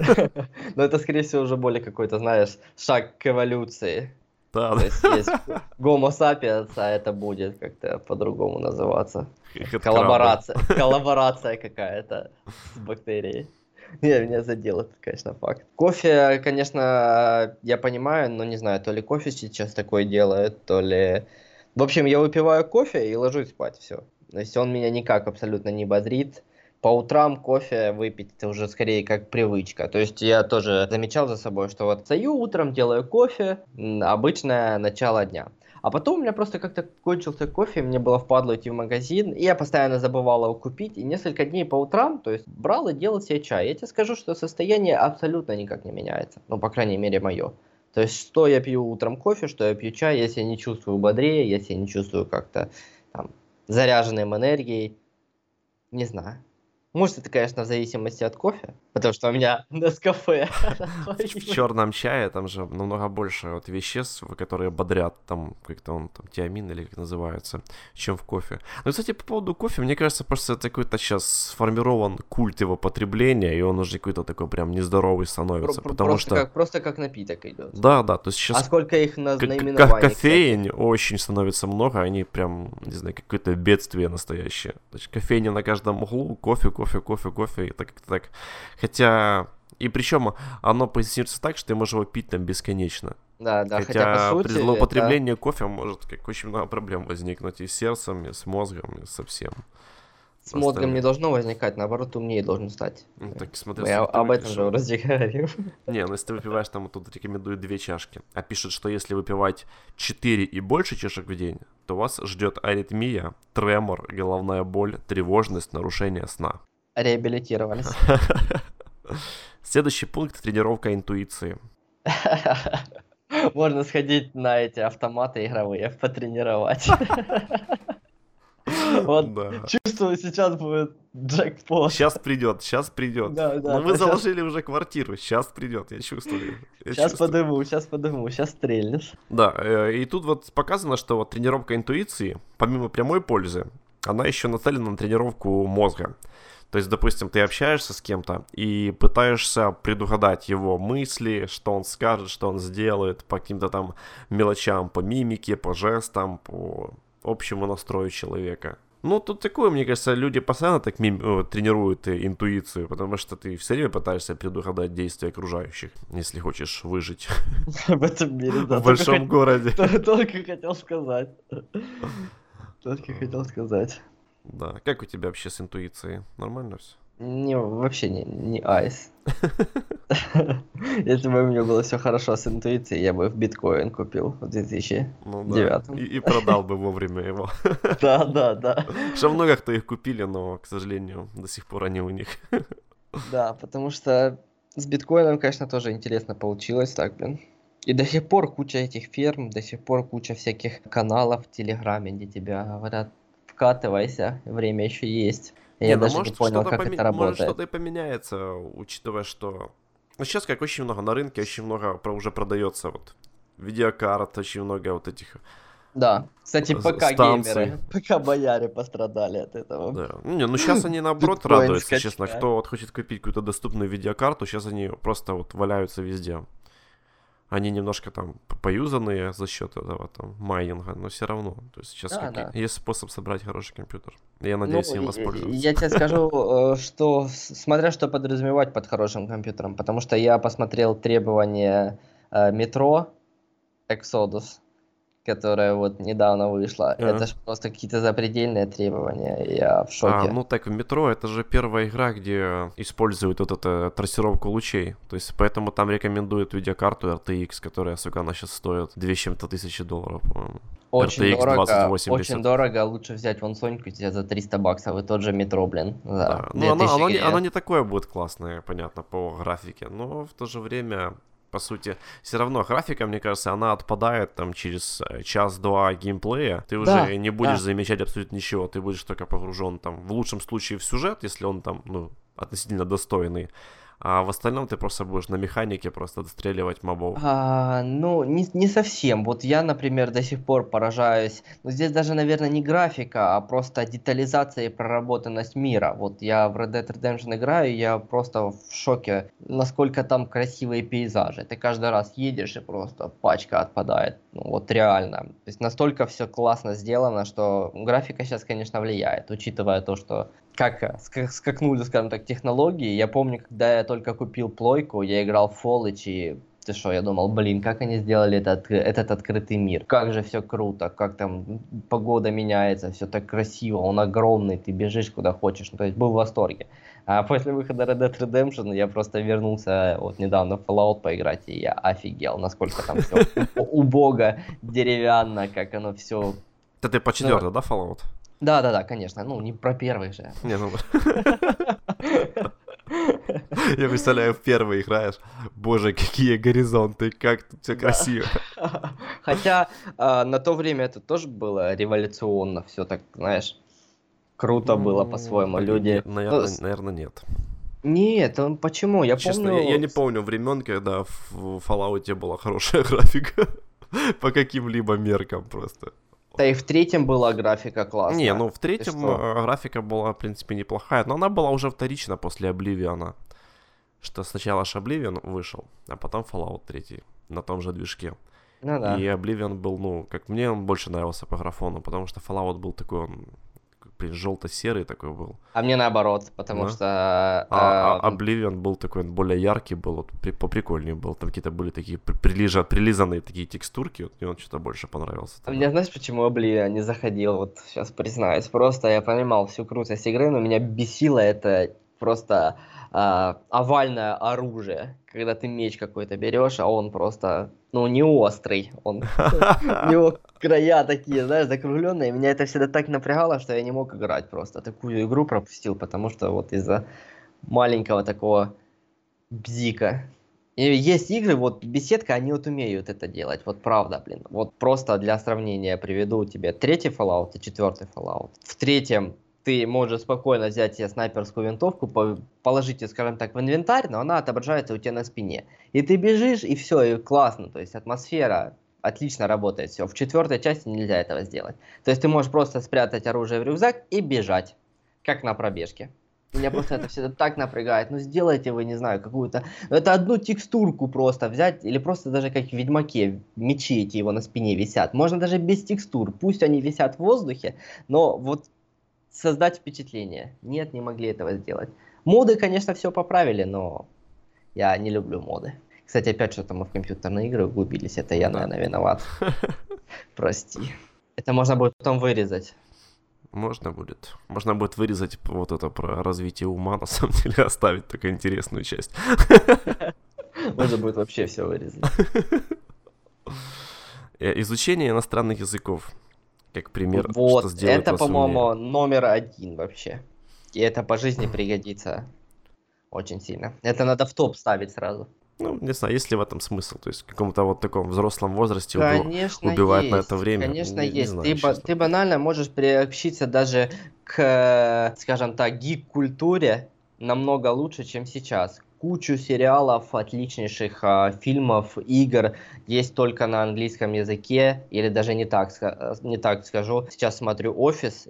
Но это, скорее всего, уже более какой-то, знаешь, шаг к эволюции. Да, То да. есть есть Homo sapiens, а это будет как-то по-другому называться. Как Коллаборация, коллаборация какая-то с бактерией. Не, меня задел этот, конечно, факт. Кофе, конечно, я понимаю, но не знаю, то ли кофе сейчас такое делает, то ли... В общем, я выпиваю кофе и ложусь спать, все. То есть он меня никак абсолютно не бодрит. По утрам кофе выпить это уже скорее как привычка. То есть я тоже замечал за собой, что вот встаю утром, делаю кофе, м, обычное начало дня. А потом у меня просто как-то кончился кофе, мне было впадло идти в магазин, и я постоянно забывал его купить, и несколько дней по утрам, то есть брал и делал себе чай. Я тебе скажу, что состояние абсолютно никак не меняется, ну, по крайней мере, мое. То есть, что я пью утром кофе, что я пью чай, я себя не чувствую бодрее, я себя не чувствую как-то там заряженным энергией, не знаю. Может, это, конечно, в зависимости от кофе, потому что у меня Нескафе. В черном чае там же намного больше вот веществ, которые бодрят, там как-то он там тиамин или как называется, чем в кофе. Ну, кстати, по поводу кофе, мне кажется, просто это какой-то сейчас сформирован культ его потребления, и он уже какой-то такой прям нездоровый становится, Про- потому просто что... как, просто как напиток идет. Да, да, то есть А сейчас сколько их на К- к- наименованиях, кофеин очень становится много, они прям, не знаю, какое-то бедствие настоящее. То есть кофейня на каждом углу, кофе, кофе, кофе, кофе, это как-то так. Хотя И причем оно позиционируется так, что ты можешь его пить там бесконечно. Да, да, хотя, Хотя по при сути, это злоупотреблении кофе может как очень много проблем возникнуть и с сердцем, и с мозгом, и со всем с мозгом не остальным. должно возникать, наоборот, умнее должен стать. Ну, Мы, так смотря, мы о- сколько ты об этом выпьешь же его. вроде говорим. Не, ну если ты выпиваешь, там вот тут рекомендуют две чашки. А пишут, что если выпивать четыре и больше чашек в день, то вас ждет аритмия, тремор, головная боль, тревожность, нарушение сна. Реабилитировались. Следующий пункт — тренировка интуиции. Можно сходить на эти автоматы игровые, потренировать. Вот Да. чувствую, сейчас будет джекпот. Сейчас придет, сейчас придет. Да, да, Ну вы да, щас- заложили уже квартиру, сейчас придет, я чувствую. я Сейчас чувствую. подыму, сейчас подыму, сейчас стрельнешь. Да, э, и тут вот показано, что вот тренировка интуиции, помимо прямой пользы, она еще нацелена на тренировку мозга. То есть, допустим, ты общаешься с кем-то и пытаешься предугадать его мысли, что он скажет, что он сделает, по каким-то там мелочам, по мимике, по жестам, по общему настрою человека. Ну, тут такое, мне кажется, люди постоянно так мим- э, тренируют э, интуицию, потому что ты все время пытаешься предугадать действия окружающих, если хочешь выжить В этом мире, да. в только большом хот- городе. то- Только хотел сказать. Только хотел сказать. Да, как у тебя вообще с интуицией? Нормально все? Не, вообще не, не айс. Если бы у меня было все хорошо с интуицией, я бы в биткоин купил в две тысячи Ну да, девятом. и, и продал бы вовремя его. Да, да, да. Что много кто их купили, но, к сожалению, до сих пор они у них. Да, потому что с биткоином, конечно, тоже интересно получилось так, блин. И до сих пор куча этих ферм, до сих пор куча всяких каналов в Телеграме, где тебя говорят, вкатывайся, время еще есть. И Не, я ну даже не может понял, что-то как поме- это может работает. что-то и поменяется, учитывая, что... Ну сейчас как очень много на рынке, очень много про- уже продается вот видеокарт, очень много вот этих... Да, кстати, З- ПК-геймеры, ПК-бояре пострадали от этого. Да. Ну, не, ну сейчас они наоборот Биткоин радуются, скачка. честно. Кто вот хочет купить какую-то доступную видеокарту, сейчас они просто вот валяются везде. Они немножко там п- поюзанные за счет этого там майнинга, но все равно. То есть сейчас Да, как- да. есть способ собрать хороший компьютер. Я Ну, надеюсь им и- и- воспользоваться. я тебе скажу, э, что с- смотря что подразумевать под хорошим компьютером, потому что я посмотрел требования э, метро Exodus, которая вот недавно вышла. Ага. Это же просто какие-то запредельные требования. Я в А, шоке. ну так в метро это же первая игра, где используют вот эту трассировку лучей. То есть поэтому там рекомендуют видеокарту эр ти экс, которая, сука, она сейчас стоит две с чем-то тысячи долларов, по-моему. Очень эр ти экс дорого, двадцать восемьдесят. очень дорого. Лучше взять вон Соньку тебе за триста баксов и тот же метро, блин, за Да. Ну, оно, 2000 оно, не, гривен. оно не такое будет классное, понятно, по графике, но в то же время, по сути, все равно графика, мне кажется, она отпадает там через э, час-два геймплея. Ты уже Да, не будешь да. замечать абсолютно ничего, ты будешь только погружен там, в лучшем случае, в сюжет, если он там, ну, относительно достойный. А в остальном ты просто будешь на механике просто отстреливать мобов. А, ну, не, не совсем. Вот я, например, до сих пор поражаюсь. Ну, здесь даже, наверное, не графика, а просто детализация и проработанность мира. Вот я в Red Dead Redemption играю, я просто в шоке, насколько там красивые пейзажи. Ты каждый раз едешь и просто пачка отпадает. Ну, вот реально. То есть настолько все классно сделано, что графика сейчас, конечно, влияет, учитывая то, что как э, ска- скакнули, скажем так, технологии. Я помню, когда я только купил плойку, я играл в Fallout, и ты что, я думал, блин, как они сделали этот, этот открытый мир, как же все круто, как там погода меняется, все так красиво, он огромный, ты бежишь куда хочешь, ну, то есть был в восторге. А после выхода Red Dead Redemption я просто вернулся вот недавно в Fallout поиграть, и я офигел, насколько там все убого, деревянно, как оно все... Это ты по четвертой, да, Fallout? Да-да-да, конечно, ну не про первый же. Не, ну... Я представляю, в первый играешь. Боже, какие горизонты, как тут все Да. красиво. Хотя а, на то время это тоже было революционно, все так, знаешь, круто было по-своему. Люди... Ну, Наверное, с- наверное, нет. Нет, он почему? Я Честно, помню... я, я не помню времен, когда в в Fallout была хорошая графика. По каким-либо меркам просто. Да и в третьем была графика классная. Не, ну в Ты третьем что? э, графика была, в принципе, неплохая, но она была уже вторична после Обливиона. Что сначала ж Обливион вышел, а потом Fallout три на том же движке. Ну да. И Обливион был, ну, как мне он больше нравился по графону, потому что Fallout был такой, он блин, желто-серый такой был. А мне наоборот, потому Да? что... А, а эм, Oblivion был такой, он более яркий был, вот, при- поприкольнее был. Там какие-то были такие при- прилижа- прилизанные такие текстурки, вот, мне он что-то больше понравился А тогда. мне знаешь, почему Oblivion не заходил? Вот сейчас признаюсь. Просто я понимал всю крутость игры, но меня бесило это просто а, овальное оружие. Когда ты меч какой-то берешь, а он просто, ну, не острый. Он, у него края такие, знаешь, закругленные. Меня это всегда так напрягало, что я не мог играть просто. Такую игру пропустил, потому что вот из-за маленького такого бзика. И есть игры, вот беседка, они вот умеют это делать, вот правда, блин. Вот просто для сравнения приведу тебе третий Fallout и четвертый Fallout. В третьем ты можешь спокойно взять себе снайперскую винтовку, по- положить ее, скажем так, в инвентарь, но она отображается у тебя на спине. И ты бежишь, и все, и классно, то есть атмосфера отлично работает, все. В четвертой части нельзя этого сделать. То есть ты можешь просто спрятать оружие в рюкзак и бежать, как на пробежке. Меня просто это всегда так напрягает. Ну сделайте вы, не знаю, какую-то... Ну, это одну текстурку просто взять, или просто даже как в Ведьмаке, мечи эти его на спине висят. Можно даже без текстур, пусть они висят в воздухе, но вот создать впечатление. Нет, не могли этого сделать. Моды, конечно, все поправили, но я не люблю моды. Кстати, опять что-то мы в компьютерные игры углубились, это я, Да. наверное, виноват. Прости. Это можно будет потом вырезать. Можно будет. Можно будет вырезать вот это про развитие ума, на самом деле, оставить только интересную часть. Можно будет вообще все вырезать. Э, Изучение иностранных языков. Как пример, что Вот, сделает это, вас умнее. по-моему, номер один вообще. И это по жизни пригодится очень сильно. Это надо в топ ставить сразу. Ну, не знаю, есть ли в этом смысл? То есть в каком-то вот таком взрослом возрасте убив- Конечно, убивать на есть. это время? Конечно, Не, не есть. знаю, Ты, ба- честно. ты банально можешь приобщиться даже к, э, скажем так, гик-культуре намного лучше, чем сейчас. Кучу сериалов, отличнейших а, фильмов, игр есть только на английском языке, или даже не так, ска- э, не так скажу. Сейчас смотрю «Офис»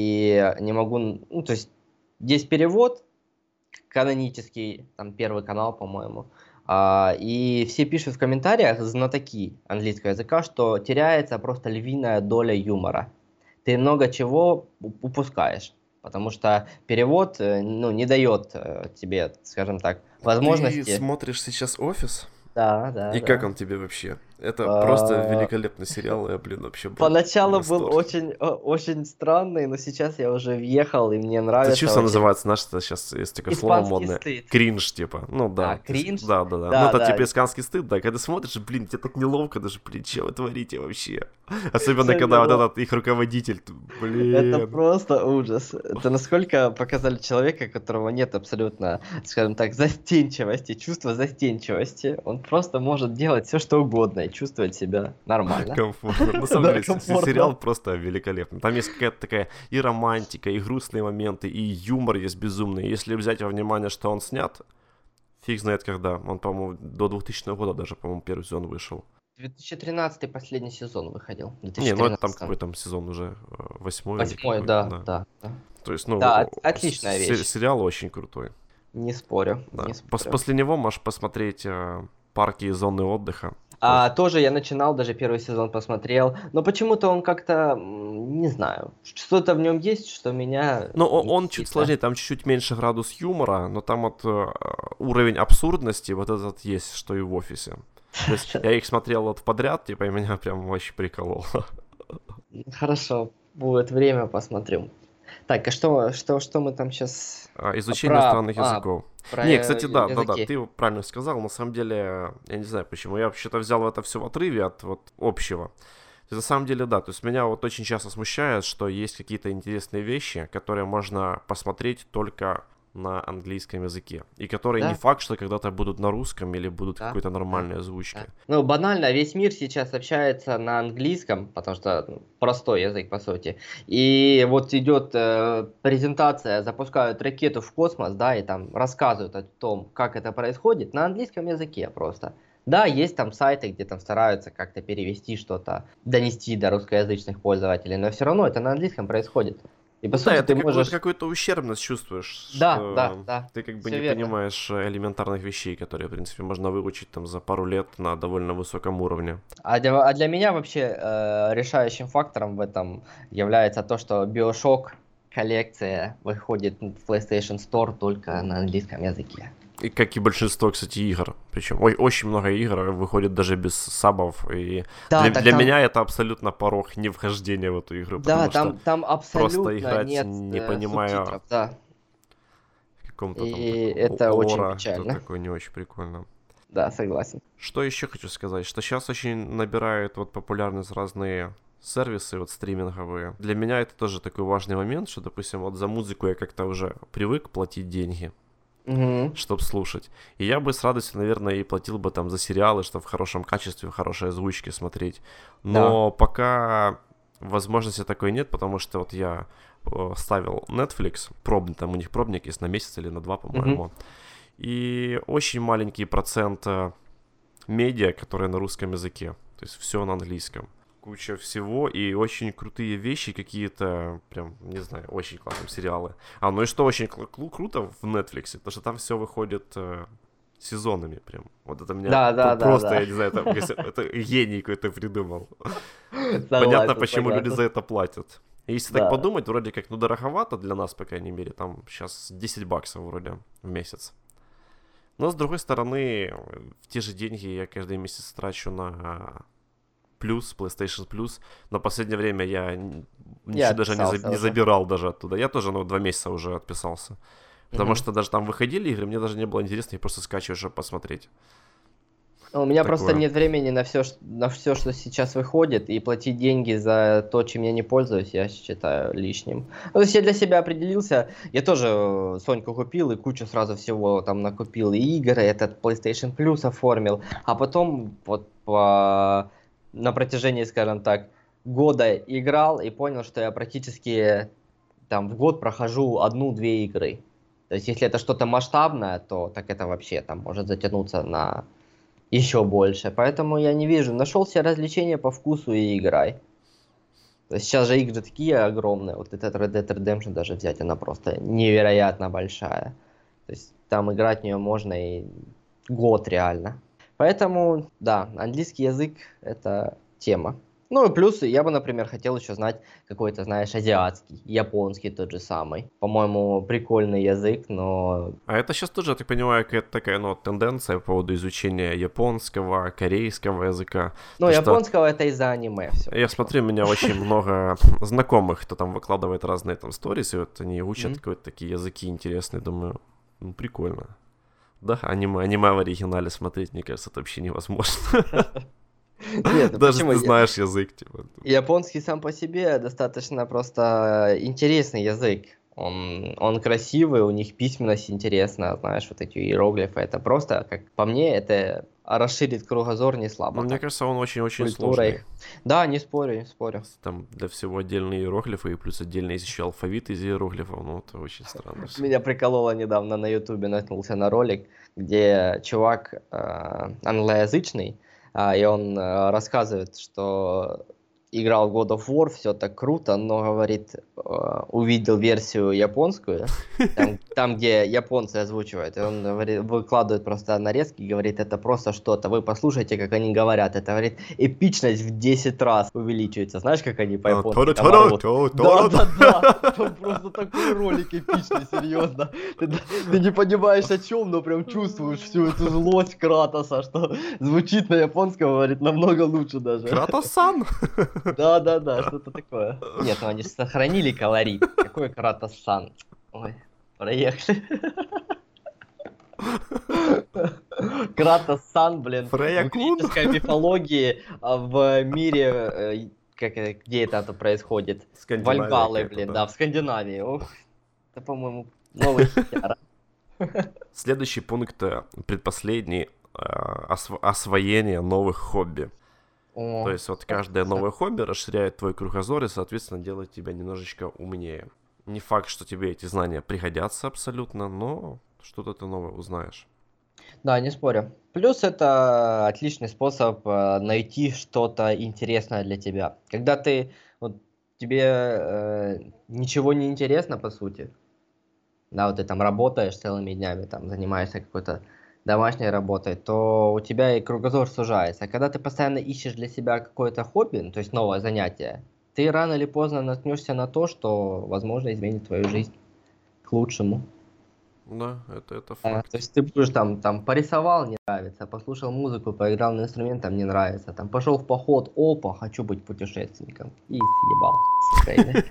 и не могу... н- Ну, то есть есть перевод, канонический, там Первый канал, по-моему. А, и все пишут в комментариях, знатоки английского языка, что теряется просто львиная доля юмора. Ты много чего у- упускаешь, потому что перевод, э, ну, не дает э, тебе, скажем так, Ты возможности. смотришь сейчас «Офис»? Да, да, И как да. он тебе вообще? Это просто А, великолепный сериал, я, блин, вообще был в Поначалу был восторге. очень, о- очень странный, но сейчас я уже въехал, и мне Это нравится чувство очень. называется, знаешь, это сейчас есть такое слово Испанский модное. стыд. Кринж, типа. Ну да, А, ты с- кринж? да, да, да. Ну Да, это да. типа испанский стыд, да. Когда смотришь, блин, тебе так неловко даже, блин, что вы творите вообще? Особенно, Всё когда вот верно. этот их руководитель, т- Это блин. просто ужас. Это насколько показали человека, у которого нет абсолютно, скажем так, застенчивости, чувства застенчивости. Он просто может делать все, что угодно и чувствовать себя нормально. Комфортно. На самом Да, деле, с- с- комфортно. сериал просто великолепный. Там есть какая-то такая и романтика, и грустные моменты, и юмор есть безумный. Если взять во внимание, что он снят, фиг знает когда. Он, по-моему, до двухтысячного года даже, по-моему, первый сезон вышел. две тысячи тринадцатый последний сезон выходил. в Не, ну это там 2013. какой там сезон уже, э, восьмой или Восьмой, какой, да, да, да. То есть, ну, Да, о- от- отличная се- вещь. сериал очень крутой. Не спорю, Да. не Пос- спорю. после него можешь посмотреть э, парки и зоны отдыха. А, тоже я начинал, даже первый сезон посмотрел, но почему-то он как-то, м, не знаю, что-то в нем есть, что меня... Ну, о- не он чуть сильно. сложнее, там чуть-чуть меньше градус юмора, но там вот э, уровень абсурдности вот этот есть, что и в «Офисе». То есть я их смотрел вот подряд, типа, и меня прям вообще прикололо. Хорошо, будет время, посмотрю. Так, а что, что, что мы там сейчас... А, Изучение Про- иностранных а, языков. Про Не, кстати, да, да, да, языки. ты правильно сказал. На самом деле, я не знаю почему. Я вообще-то взял это все в отрыве от вот общего. То есть, на самом деле, да. То есть меня вот очень часто смущает, что есть какие-то интересные вещи, которые можно посмотреть только на английском языке. И которые Да. не факт, что когда-то будут на русском или будут Да, какой-то да, нормальной озвучке. Да. Ну, банально, весь мир сейчас общается на английском, потому что ну, простой язык, по сути. И вот идет э, презентация, запускают ракету в космос, да, и там рассказывают о том, как это происходит, на английском языке просто. Да, есть там сайты, где там стараются как-то перевести что-то, донести до русскоязычных пользователей, но все равно это на английском происходит. И по Да, сути это ты какую-то, можешь... какую-то ущербность чувствуешь, Да, что да, да, ты как бы всё не верно. понимаешь э, элементарных вещей, которые, в принципе, можно выучить там за пару лет на довольно высоком уровне. А для, а для меня вообще э, решающим фактором в этом является то, что BioShock коллекция выходит в PlayStation Store только на английском языке. И как и большинство, кстати, игр. Причем ой, очень много игр выходит даже без сабов. И Да, для, так для там, меня это абсолютно порог не вхождения в эту игру, да, потому что там, там просто абсолютно играть, нет не э, понимая субтитров, да. в каком-то там И таком это о- очень лора, это печально. такое не очень прикольно. Да, согласен. Что еще хочу сказать, что сейчас очень набирают вот популярность разные сервисы вот стриминговые. Для меня это тоже такой важный момент, что, допустим, вот за музыку я как-то уже привык платить деньги, Мгм. чтобы слушать. И я бы с радостью, наверное, и платил бы там за сериалы, чтобы в хорошем качестве, в хорошей озвучке смотреть. Да. Но пока возможности такой нет, потому что вот я э, ставил Netflix, пробный, там у них пробник есть на месяц или на два, по-моему. Мгм. И очень маленький процент э, медиа, которые на русском языке. То есть все на английском. Куча всего и очень крутые вещи какие-то, прям, не знаю, очень классные сериалы. А, ну и что очень кру- кру- круто в Netflix, то что там все выходит э, сезонами прям. Вот это меня Да, пр- да, да, просто, да. я не знаю, это, если- это гений какой-то придумал. Понятно, Согласен, почему люди согласен. за это платят. И если так Да. подумать, вроде как, ну, дороговато для нас, по крайней мере, там сейчас десять баксов вроде в месяц. Но, с другой стороны, э, в те же деньги я каждый месяц трачу на Плюс, PlayStation Plus. На последнее время я н- Я ничего даже не, за- отписался не уже. забирал даже оттуда. Я тоже, ну, два месяца уже отписался. Потому Мгм. что даже там выходили игры, мне даже не было интересно, их просто скачиваю, чтобы посмотреть. Ну, У меня просто Такое. нет времени на все, на все, что сейчас выходит, и платить деньги за то, чем я не пользуюсь, я считаю лишним. Ну, то есть я для себя определился, я тоже э, Соньку купил и кучу сразу всего там накупил, и игры, этот PlayStation Plus оформил, а потом вот по... на протяжении, скажем так, года играл и понял, что я практически там в год прохожу одну-две игры. То есть если это что-то масштабное, то так это вообще там может затянуться на еще больше. Поэтому я не вижу. Нашел себе развлечения по вкусу и играй. То есть сейчас же игры такие огромные. Вот этот Red Dead Redemption даже взять, она просто невероятно большая. То есть там играть в нее можно и год реально. Поэтому, да, английский язык это тема. Ну и плюс я бы, например, хотел еще знать какой-то, знаешь, азиатский, японский тот же самый. По-моему, прикольный язык, но... А это сейчас тоже, я так понимаю, какая-то такая, ну, тенденция по поводу изучения японского, корейского языка. Ну, То, что японского это из-за аниме все. я смотрю, у меня очень много знакомых, кто там выкладывает разные там сторис, и вот они учат Мгм. какие-то такие языки интересные. Думаю, ну, прикольно. Да, аниме, аниме в оригинале смотреть, мне кажется, это вообще невозможно. Нет, ну Даже если почему? ты Я- знаешь язык, типа. Японский сам по себе достаточно просто интересный язык. Он, он красивый, у них письменность интересная, знаешь, вот эти иероглифы. Это просто, как по мне, это расширит кругозор не Ну, слабо мне так. кажется, он очень-очень Культурой. сложный. Да, не спорю, не спорю. Там для всего отдельные иероглифы, и плюс отдельно есть еще алфавит из иероглифов. Ну, это очень странно все. Меня прикололо недавно на ютубе, наткнулся на ролик, где чувак э, англоязычный, а, и он э, рассказывает, что играл в God of War, все так круто, но, говорит, э, увидел версию японскую, там, там, где японцы озвучивают, и он говорит, выкладывает просто нарезки, и говорит, это просто что-то, вы послушайте, как они говорят, это, говорит, эпичность в десять раз увеличивается, знаешь, как они А, по-японски торо-торо, говорят? то-торо. Да, да, да, там просто такой ролик эпичный, серьезно. Ты, ты не понимаешь о чем, но прям чувствуешь всю эту злость Кратоса, что звучит на японском, говорит, намного лучше даже. Кратос-сан! Да, да, да, что-то такое. Нет, ну они же сохранили колорит. Какой Кратос-сан? Ой, проехали. Кратос-сан, блин, в Фрея-кун! греческой мифологии, а в мире, э, как, это- где это, это происходит? Скандинавия Вальгаллы, какая-то, блин, да. да, в Скандинавии. Ух, это, по-моему, новый хитяра. Следующий пункт, э, предпоследний, э, осво- освоение новых хобби. О, То есть вот каждое новое хобби расширяет твой кругозор и, соответственно, делает тебя немножечко умнее. Не факт, что тебе эти знания пригодятся абсолютно, но что-то ты новое узнаешь. Да, не спорю. Плюс это отличный способ э, найти что-то интересное для тебя. Когда ты, вот, тебе э, ничего не интересно, по сути, да, вот ты там работаешь целыми днями, там занимаешься какой-то домашней работой, то у тебя и кругозор сужается. А когда ты постоянно ищешь для себя какое-то хобби, ну, то есть новое занятие, ты рано или поздно наткнешься на то, что, возможно, изменит твою жизнь к лучшему. Да, это, это А, факт. то есть ты будешь там, там порисовал, не нравится, послушал музыку, поиграл на инструментах, не нравится, там пошел в поход, опа, хочу быть путешественником, и съебал с Украины.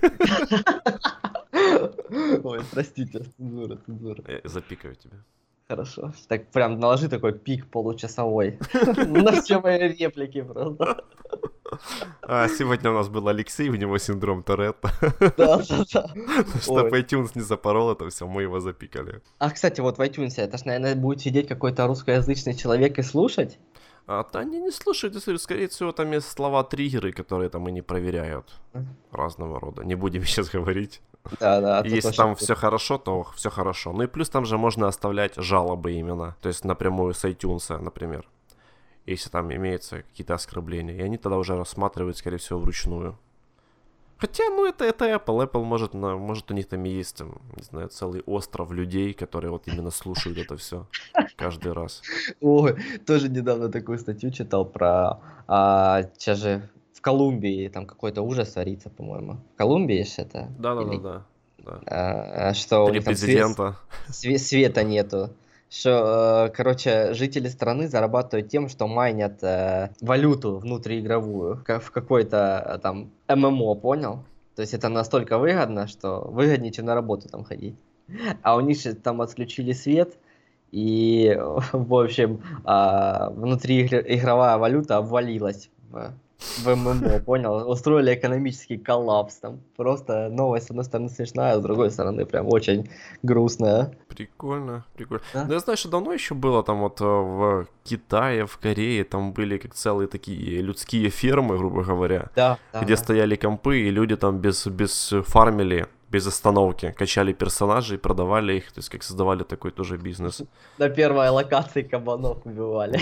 Ой, простите, цензура, цензура. Я запикаю тебя. Хорошо. Так прям наложи такой пик получасовой на все мои реплики просто. А сегодня у нас был Алексей, у него синдром Торетто. Да, да, да. Чтобы Ой. iTunes не запорол это все, мы его запикали. А, кстати, вот в iTunes, это ж, наверное, будет сидеть какой-то русскоязычный человек и слушать. А то они не слушают, если, скорее всего, там есть слова-триггеры, которые там и не проверяют разного рода. Не будем сейчас говорить. Да, да. И если там все хорошо, то все хорошо. Ну и плюс там же можно оставлять жалобы именно. То есть напрямую с iTunes, например. Если там имеются какие-то оскорбления. И они тогда уже рассматривают, скорее всего, вручную. Хотя, ну, это, это Apple. Apple может, на, может, у них там есть, там, не знаю, целый остров людей, которые вот именно слушают это все каждый раз. Ой, тоже недавно такую статью читал про... А, сейчас же в Колумбии там какой-то ужас творится, по-моему. В Колумбии же это? Или- Да-да-да. Да. А, что у Три них там свет- президента. све- света нету. Что, э, короче, жители страны зарабатывают тем, что майнят э, валюту внутриигровую ка- в какой-то э, там ММО, понял? То есть это настолько выгодно, что выгоднее, чем на работу там ходить. А у них же там отключили свет, и, в общем, а, внутриигровая валюта обвалилась в, в ММО, понял? Устроили экономический коллапс. Там просто новость, с одной стороны, смешная, а с другой стороны, прям очень грустная. Прикольно, прикольно. Да? Ну, я знаю, что давно еще было там вот э, в Китае, в Корее, там были как целые такие людские фермы, грубо говоря, Да, да, где да. стояли компы, и люди там без, без фармили, без остановки, качали персонажей, продавали их, то есть как создавали такой тоже бизнес. На первой локации кабанов убивали.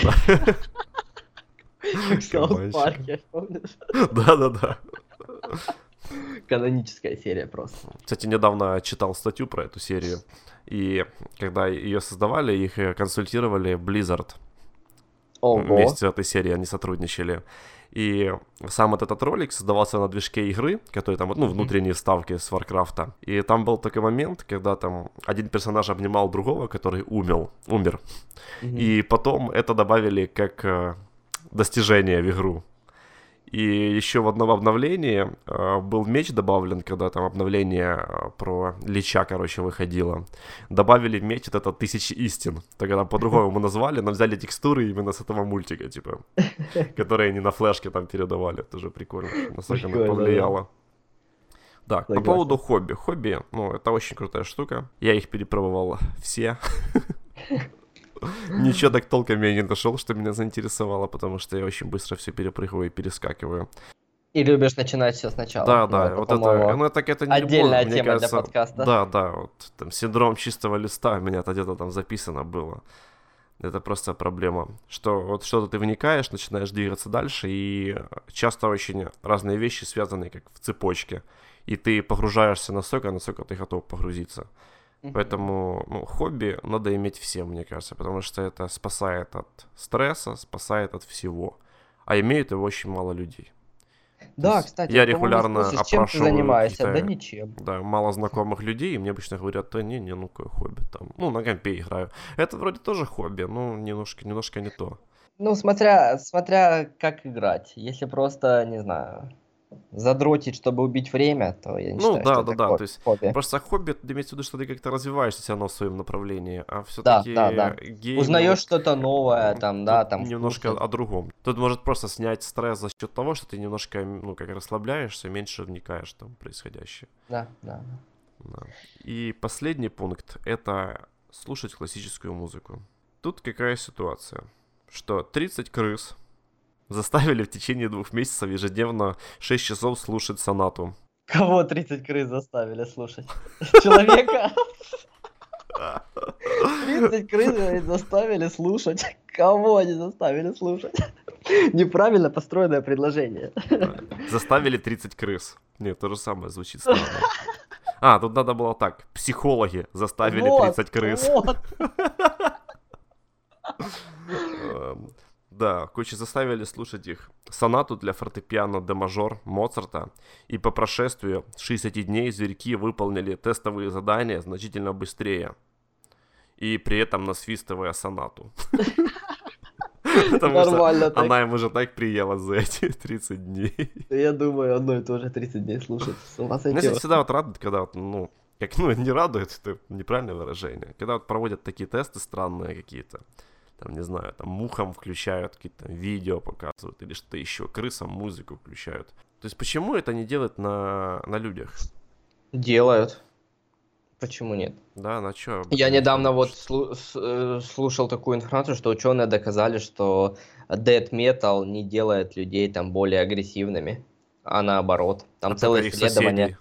Как в Саут Кабанчиков. Парке, помнишь? Да-да-да. Каноническая серия просто. Кстати, недавно читал статью про эту серию, и когда ее создавали, их э, консультировали Blizzard. Ого. Вместе с этой серией они сотрудничали. И сам вот этот ролик создавался на движке игры, который там, ну, внутренние вставки с Варкрафта. И там был такой момент, когда там один персонаж обнимал другого, который умер. умер. Мгм. И потом это добавили как э, достижение в игру. И еще в одном обновлении э, был меч добавлен, когда там обновление э, про Лича, короче, выходило. Добавили меч, вот это Тысячи истин. Тогда там по-другому назвали, но взяли текстуры именно с этого мультика, типа, которые они на флешке там передавали. Тоже прикольно, насколько оно Прикольно, да. повлияло. Так, по Согласен. поводу хобби. Хобби, ну, это очень крутая штука. Я их перепробовал все. Ничего так толком я не нашел, что меня заинтересовало, потому что я очень быстро все перепрыгиваю и перескакиваю. И любишь начинать все сначала. Да, Ну, да, это, вот по-моему, это, ну так это не отдельная любовь, мне тема для кажется, подкаста. Да, да, вот там синдром чистого листа, у меня это где-то там записано было. Это просто проблема, что вот что-то ты вникаешь, начинаешь двигаться дальше, и часто очень разные вещи связаны как в цепочке, и ты погружаешься настолько, насколько ты готов погрузиться. Мгм. Поэтому, ну, хобби надо иметь всем, мне кажется, потому что это спасает от стресса, спасает от всего. А имеют его очень мало людей. Да, есть кстати, я вот, по-моему, регулярно спросишь, чем ты опрашиваю занимаешься? Да каких-то, ничем. да, мало знакомых людей, и мне обычно говорят, да не, не, ну какое хобби там. Ну, на компе играю. Это вроде тоже хобби, но немножко, немножко не то. Ну, смотря, смотря как играть. Если просто, не знаю, задротить, чтобы убить время, то я не Ну, считаю, да, что да, это да, хо- то есть хобби. просто хобби, это имеется в виду, что ты как-то развиваешься все равно в своем направлении, а Да, все-таки да, да. геймы, Узнаешь вот, что-то новое, м, там, да, тут там, немножко вкусы. о другом. Тут может просто снять стресс за счет того, что ты немножко, ну, как расслабляешься, меньше вникаешь там в происходящее. Да, да. Да. И последний пункт — это слушать классическую музыку. Тут какая ситуация, что тридцать крыс заставили в течение двух месяцев ежедневно шесть часов слушать сонату. Кого тридцать крыс заставили слушать? Человека? тридцать крыс, говорит, заставили слушать. Кого они заставили слушать? Неправильно построенное предложение. Заставили тридцать крыс. Нет, то же самое звучит странно. А, тут надо было так. Психологи заставили Вот, тридцать крыс. вот. Эм, Да, короче, заставили слушать их сонату для фортепиано де мажор Моцарта, и по прошествию шестидесяти дней зверьки выполнили тестовые задания значительно быстрее, и при этом насвистывая сонату. Потому что она им уже так приела за эти тридцать дней. Я думаю, одно и то же тридцать дней слушать. Меня всегда вот радует, когда вот, ну, как, ну, не радует, это неправильное выражение, когда вот проводят такие тесты странные какие-то, там, не знаю, там, мухам включают, какие-то там видео показывают или что-то еще, крысам музыку включают. То есть почему это не делают на, на людях? Делают. Почему нет? Да, на что? Я недавно вот слу- с- слушал такую информацию, что ученые доказали, что death metal не делает людей там более агрессивными, а наоборот. Там а целое исследование.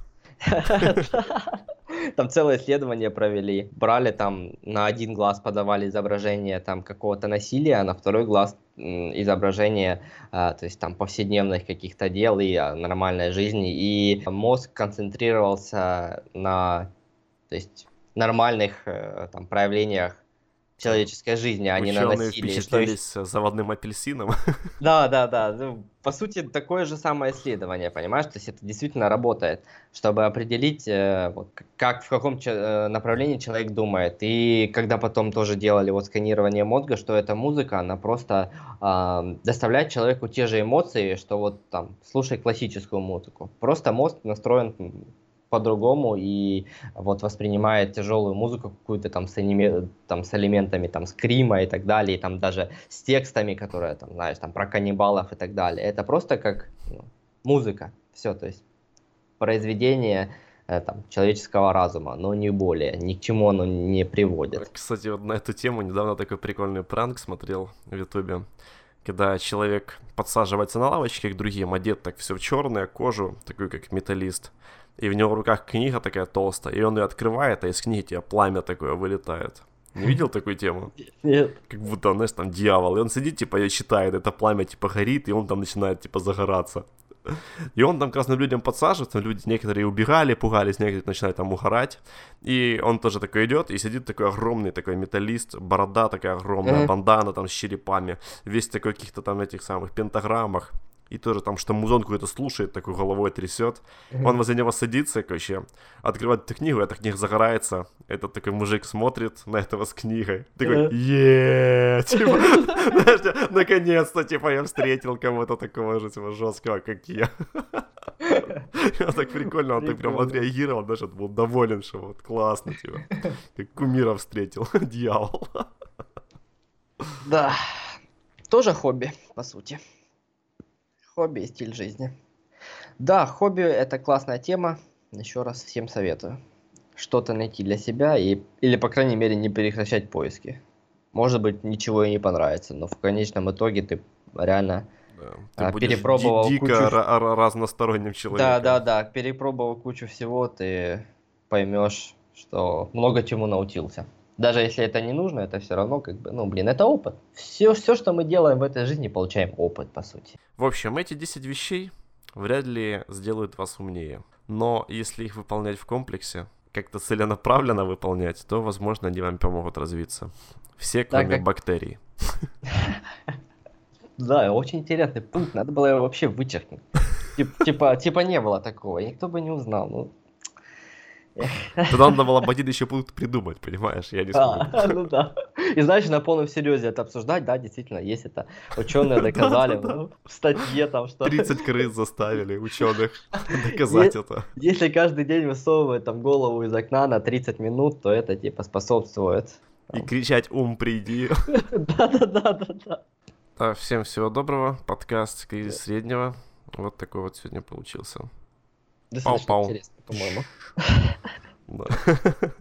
Там целое исследование провели. Брали там на один глаз подавали изображение там какого-то насилия, а на второй глаз м, изображение, а, то есть там повседневных каких-то дел и а, нормальной жизни. И мозг концентрировался на, то есть, нормальных э, там проявлениях человеческой жизни, а не на Ученые насилии. Что впечатлились заводным апельсином. Да, да, да. Ну, по сути, такое же самое исследование, понимаешь? То есть это действительно работает, чтобы определить, э, вот, к- как, в каком ча- э, направлении человек думает. И когда потом тоже делали вот сканирование мозга, что эта музыка, она просто а, доставляет человеку те же эмоции, что вот там, слушай классическую музыку. Просто мозг настроен м, по-другому и вот воспринимает тяжелую музыку какую-то там с, аниме- там с элементами там скрима и так далее, и там даже с текстами, которые там, знаешь, там про каннибалов и так далее. Это просто как ну, музыка, все, то есть произведение э, там, человеческого разума, но не более, ни к чему оно не приводит. Кстати, вот на эту тему недавно такой прикольный пранк смотрел в Ютубе, когда человек подсаживается на лавочке к другим, одет так все в черное, кожу, такой как металлист, и в него в руках книга такая толстая, и он ее открывает, а из книги тебе пламя такое вылетает. Не видел такую тему? Нет. Как будто, знаешь, там дьявол, и он сидит, типа, ее читает, это пламя, типа, горит, и он там начинает, типа, загораться. И он там к разным людям подсаживается, люди некоторые убегали, пугались, некоторые начинают там угорать. И он тоже такой идет, и сидит такой огромный такой металлист, борода такая огромная, Мгм. бандана там с черепами, весь такой в каких-то там этих самых пентаграммах. И тоже там что музон какой-то слушает, такой головой трясет. Мгм. Он возле него садится, короче, открывает эту книгу, эта книга загорается. Этот такой мужик смотрит на этого с книгой. Такой, Ага. еее, типа, знаешь, наконец-то, типа, я встретил кого-то такого же, типа, жесткого, как я. И он так прикольно, он так прям Прикольно. отреагировал, даже был доволен, что вот классно, типа, как кумира встретил, дьявол. Да, тоже хобби, по сути. Хобби и стиль жизни. Да, хобби это классная тема. Еще раз всем советую. Что-то найти для себя и, или, по крайней мере, не прекращать поиски. Может быть, ничего и не понравится, но в конечном итоге ты реально Да, А, ты будешь ди- перепробовал дико кучу- ра- ра- разносторонним человеком. Да, да, да, перепробовав кучу всего, ты поймешь, что много чему научился. Даже если это не нужно, это все равно как бы, ну, блин, это опыт. Все, все, что мы делаем в этой жизни, получаем опыт, по сути. В общем, эти десять вещей вряд ли сделают вас умнее. Но если их выполнять в комплексе, как-то целенаправленно выполнять, то, возможно, они вам помогут развиться. Все, Да, кроме как- бактерий. Да, очень интересный пункт, надо было его вообще вычеркнуть. Тип- Типа, типа не было такого, и никто бы не узнал. Ну, Тогда надо было бы один еще пункт придумать, понимаешь? Я не смог. а, ну да. И знаешь, на полном серьезе это обсуждать, да, действительно, есть это. Ученые доказали, Да-да-да. ну, в статье там, что тридцать крыс заставили ученых доказать это. если каждый день высовывать там голову из окна на тридцать минут, то это типа способствует. И кричать «Ум, приди». Да-да-да-да-да. А, всем всего доброго. Подкаст «Кризис среднего». Вот такой вот сегодня получился. Достаточно Пау-пау. интересно, по-моему. Да.